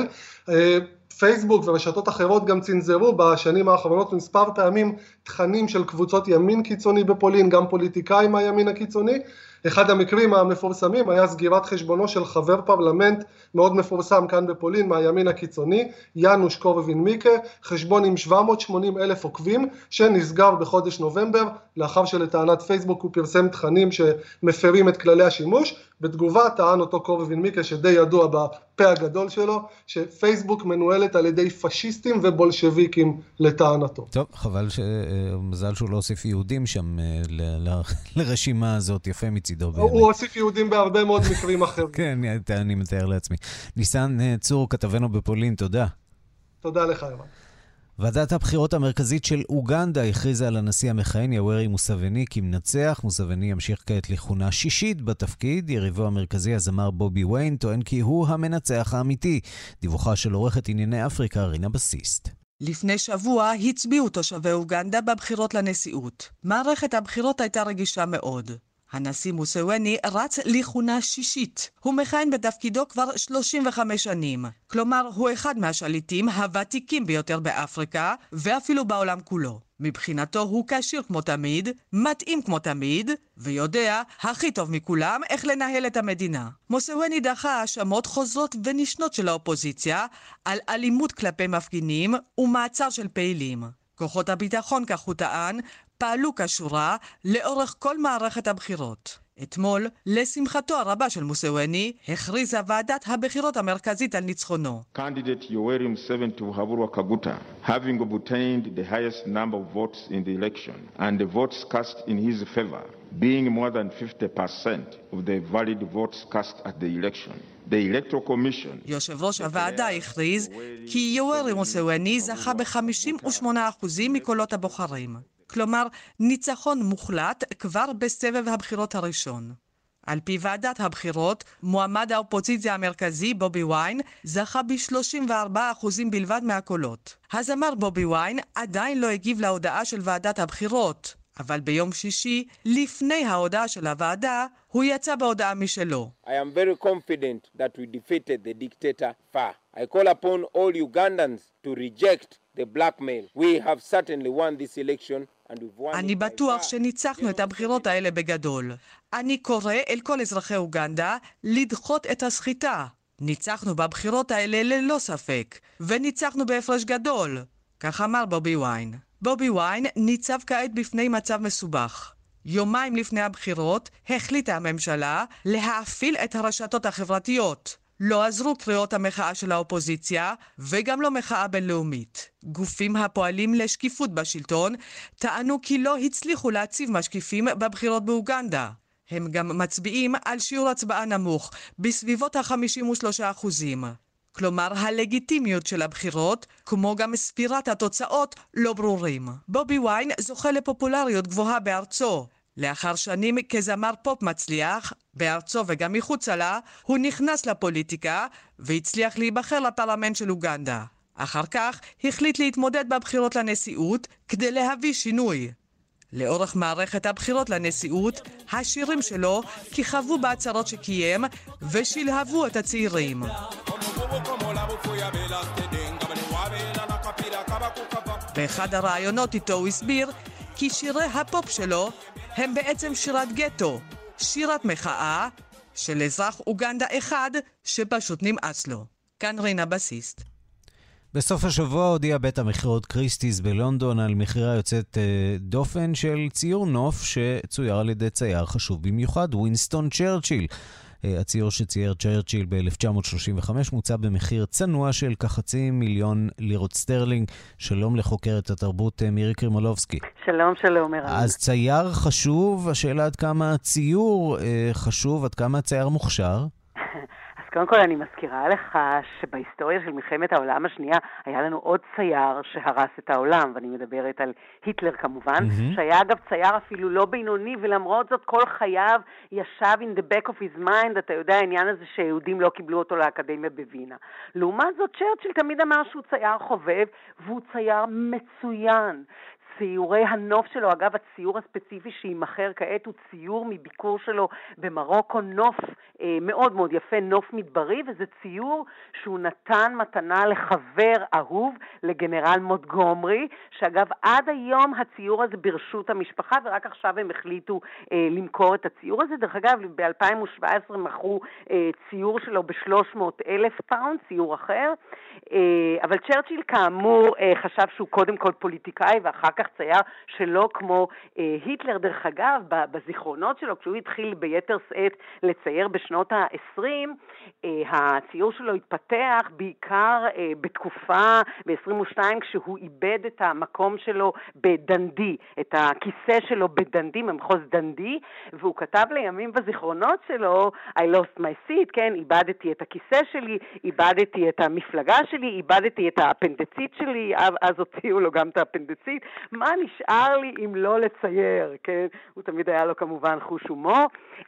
פייסבוק ורשתות אחרות גם צנזרו בשנים האחרונות מספר פעמים תכנים של קבוצות ימין קיצוני בפולין, גם פוליטיקאים מהימין הקיצוני. אחד המקרים המפורסמים היה סגירת חשבונו של חבר פרלמנט מאוד מפורסם כאן בפולין מהימין הקיצוני, יאנוש קורבין מיקה, חשבון עם 780,000 עוקבים שנסגר בחודש נובמבר, לאחר שלטענת פייסבוק הוא פרסם תכנים שמפרים את כללי השימוש. בתגובה טען אותו קורבין מיקה, שדי ידוע בפה הגדול שלו, שפייסבוק מנוהלת על ידי פשיסטים ובולשוויקים לטענתו. טוב, חבל מזל שהוא לא הוסיף יהודים שם לרשימה הזאת, יפה מצידו. הוא הוסיף יהודים בהרבה מאוד מקרים אחרים. כן, אני מתאר לעצמי. ניסן צור, כתבנו בפולין, תודה. תודה לך, ירון. ועדת הבחירות המרכזית של אוגנדה הכריזה על הנשיא המכהן יוורי מוסווני כמנצח. מוסווני ימשיך כעת לכהונה שישית בתפקיד. יריבו המרכזי הזמר בובי ויין טוען כי הוא המנצח האמיתי. דיווחה של עורכת ענייני אפריקה רינה בסיסט. לפני שבוע הצביעו תושבי אוגנדה בבחירות לנשיאות. מערכת הבחירות הייתה רגישה מאוד. הנשיא מוסווני רץ לכהונה שישית. הוא מכהן בתפקידו כבר 35 שנים. כלומר, הוא אחד מהשליטים הוותיקים ביותר באפריקה, ואפילו בעולם כולו. מבחינתו הוא כשיר כמו תמיד, מתאים כמו תמיד, ויודע הכי טוב מכולם איך לנהל את המדינה. מוסווני דחה האשמות חוזרות ונשנות של האופוזיציה על אלימות כלפי מפגינים ומעצר של פעילים. כוחות הביטחון, כך הוא טען, פעלו כשורה לאורך כל מערכת הבחירות. אתמול, לשמחתו הרבה של מוסווני, הכריזה ועדת הבחירות המרכזית על ניצחונו. Candidate Yoweri Museveni Habura Kaguta, having obtained the highest number of votes in the election and the votes cast in his favor, being more than 50% of the valid votes cast at the election. The Electoral Commission. יושב ראש הוועדה הכריז כי יוורי מוסווני זכה ב-58% מקולות הבוחרים. כלומר, ניצחון מוחלט כבר בסבב הבחירות הראשון. על פי ועדת הבחירות, מועמד האופוזיציה המרכזי בובי ויין זכה ב-34% בלבד מהקולות. הזמר בובי ויין עדיין לא הגיב להודעה של ועדת הבחירות, אבל ביום שישי, לפני ההודעה של הוועדה, הוא יצא בהודעה משלו. I am very confident that we defeated the dictator far. I call upon all Ugandans to reject the blackmail. We have certainly won this election. אני בטוח שניצחנו את הבחירות האלה בגדול. אני קורא אל כל אזרחי אוגנדה לדחות את הסחיטה. ניצחנו בבחירות האלה ללא ספק, וניצחנו בהפרש גדול. כך אמר בובי ויין. בובי ויין ניצב כעת בפני מצב מסובך. יומיים לפני הבחירות החליטה הממשלה להאפיל את הרשתות החברתיות. לא עזרו קריאות המחאה של האופוזיציה, וגם לא מחאה בינלאומית. גופים הפועלים לשקיפות בשלטון טענו כי לא הצליחו להציב משקיפים בבחירות באוגנדה. הם גם מצביעים על שיעור הצבעה נמוך, בסביבות ה-53%. כלומר, הלגיטימיות של הבחירות, כמו גם ספירת התוצאות, לא ברורים. בובי ויין זוכה לפופולריות גבוהה בארצו. לאחר שנים כזמר פופ מצליח, בארצו וגם מחוצה לה, הוא נכנס לפוליטיקה והצליח להיבחר לפרלמנט של אוגנדה. אחר כך החליט להתמודד בבחירות לנשיאות כדי להביא שינוי. לאורך מערכת הבחירות לנשיאות, השירים שלו כיכבו בהצהרות שקיים ושלהבו את הצעירים. באחד הרעיונות איתו הוא הסביר כי שירי הפופ שלו הם בעצם שירת גטו, שירת מחאה של אזרח אוגנדה אחד שפשוט נמאס לו. כאן רינה בסיסט. בסוף השבוע הודיע בית המכירות קריסטיס בלונדון על מכירה יוצאת דופן של ציור נוף שצויר על ידי צייר חשוב במיוחד, ווינסטון צ'רצ'יל. הציור שצייר צ'רצ'יל ב-1935 מוצע במחיר צנוע של כ500,000 לירות סטרלינג. שלום לחוקרת התרבות מירי קרימולובסקי. שלום, שלום. אז צייר חשוב, השאלה עד כמה ציור חשוב, עד כמה צייר מוכשר? קודם כל אני מזכירה לך שבהיסטוריה של מלחמת העולם השנייה היה לנו עוד צייר שהרס את העולם, ואני מדברת על היטלר כמובן, שהיה אגב צייר אפילו לא בינוני, ולמרות זאת כל חייו ישב in the back of his mind, אתה יודע העניין הזה שיהודים לא קיבלו אותו לאקדמיה בווינה. לעומת זאת צ'רצ'יל תמיד אמר שהוא צייר חובב, והוא צייר מצוין. ציורי הנוף שלו, אגב הציור הספציפי שימחר כעת הוא ציור מביקור שלו במרוקו, נוף מאוד מאוד יפה, נוף מדברי, וזה ציור שהוא נתן מתנה לחבר אהוב, לגנרל מונטגומרי, שאגב עד היום הציור הזה ברשות המשפחה, ורק עכשיו הם החליטו למכור את הציור הזה. דרך אגב, ב-2017 מכרו ציור שלו ב$300,000, ציור אחר, אבל צ'רצ'יל כאמור חשב שהוא קודם כל פוליטיקאי ואחר כך צייר, שלא כמו היטלר. דרך אגב, בזיכרונות שלו, כשהוא התחיל ביתר שאת לצייר בשנות ה-20, הציור שלו התפתח בעיקר בתקופה ב-22, כשהוא איבד את המקום שלו בדנדי, את הכיסא שלו בדנדי, ממחוז דנדי, והוא כתב לימים בזיכרונות שלו, I lost my seat, כן, איבדתי את הכיסא שלי, איבדתי את המפלגה שלי, איבדתי את האפנדצית שלי, אז הוציאו לו גם את האפנדצית, מה נשאר לי אם לא לצייר, כן? הוא תמיד היה לו כמובן חוש הומור.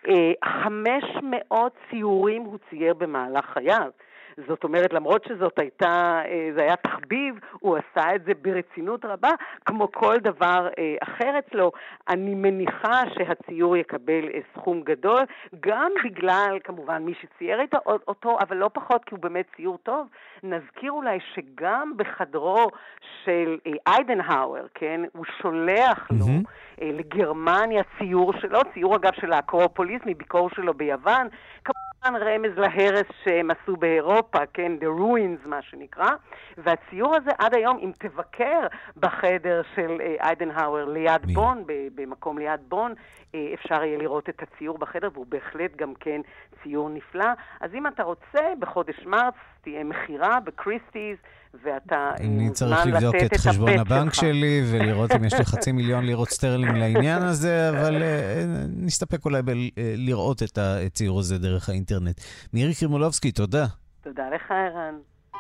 500 ציורים הוא צייר במהלך חייו. זאת אומרת, למרות שזה היה תחביב, הוא עשה את זה ברצינות רבה, כמו כל דבר אחר אצלו. אני מניחה שהציור יקבל סכום גדול, גם בגלל, כמובן, מי שצייר אותו, אבל לא פחות, כי הוא באמת ציור טוב. נזכיר אולי שגם בחדרו של איידנהאואר, כן, הוא שולח לו לגרמניה ציור שלו, ציור אגב של האקרופוליס, מביקור שלו ביוון, רמז להרס שהם עשו באירופה, כן, the ruins מה שנקרא, והציור הזה עד היום, אם תבקר בחדר של איידנהאואר ליד בון, במקום ליד בון, אפשר יהיה לראות את הציור בחדר, והוא בהחלט גם כן ציור נפלא. אז אם אתה רוצה, בחודש מרץ תהיה מחירה בקריסטיז, ואתה אני צריך לבדוק את חשבון הבנק שלי ולראות אם יש לי 500,000 לירות סטרלינג לעניין הזה, אבל נסתפק אולי לראות את הציור הזה דרך האינטרנט. מירי קרימולובסקי, תודה. תודה לך, ערן.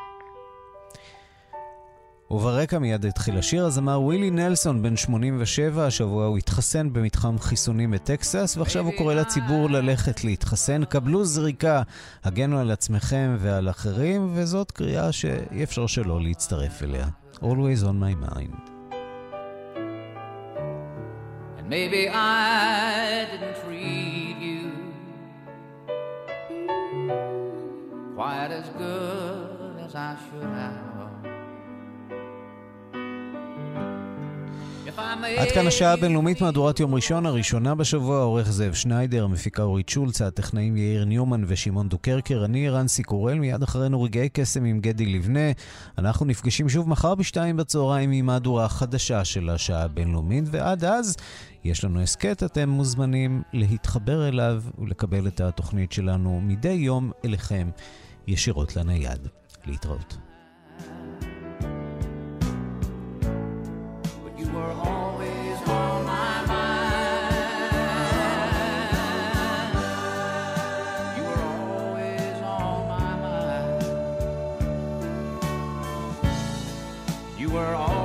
וברקע מיד התחיל השיר, הזמר ווילי נלסון, בן 87, השבוע הוא התחסן במתחם חיסונים בטקסס, ועכשיו הוא קורא לציבור ללכת להתחסן. קבלו זריקה, הגנו על עצמכם ועל אחרים, וזאת קריאה שאי אפשר שלא להצטרף אליה. Always on my mind. And maybe I didn't treat you quite as good as I should have. עד כאן השעה הבינלאומית, מהדורת יום ראשון הראשונה בשבוע, עורך זאב שניידר, המפיקה אורית שולץ, הטכנאים יאיר ניומן ושמעון דוקרקר, אני רנסי קורל, מיד אחרינו רגעי קסם עם גדי לבנה. אנחנו נפגשים שוב מחר ב14:00 עם מהדורה החדשה של השעה הבינלאומית, ועד אז יש לנו הסקט, אתם מוזמנים להתחבר אליו ולקבל את התוכנית שלנו מדי יום אליכם ישירות לנייד. להתראות. We're all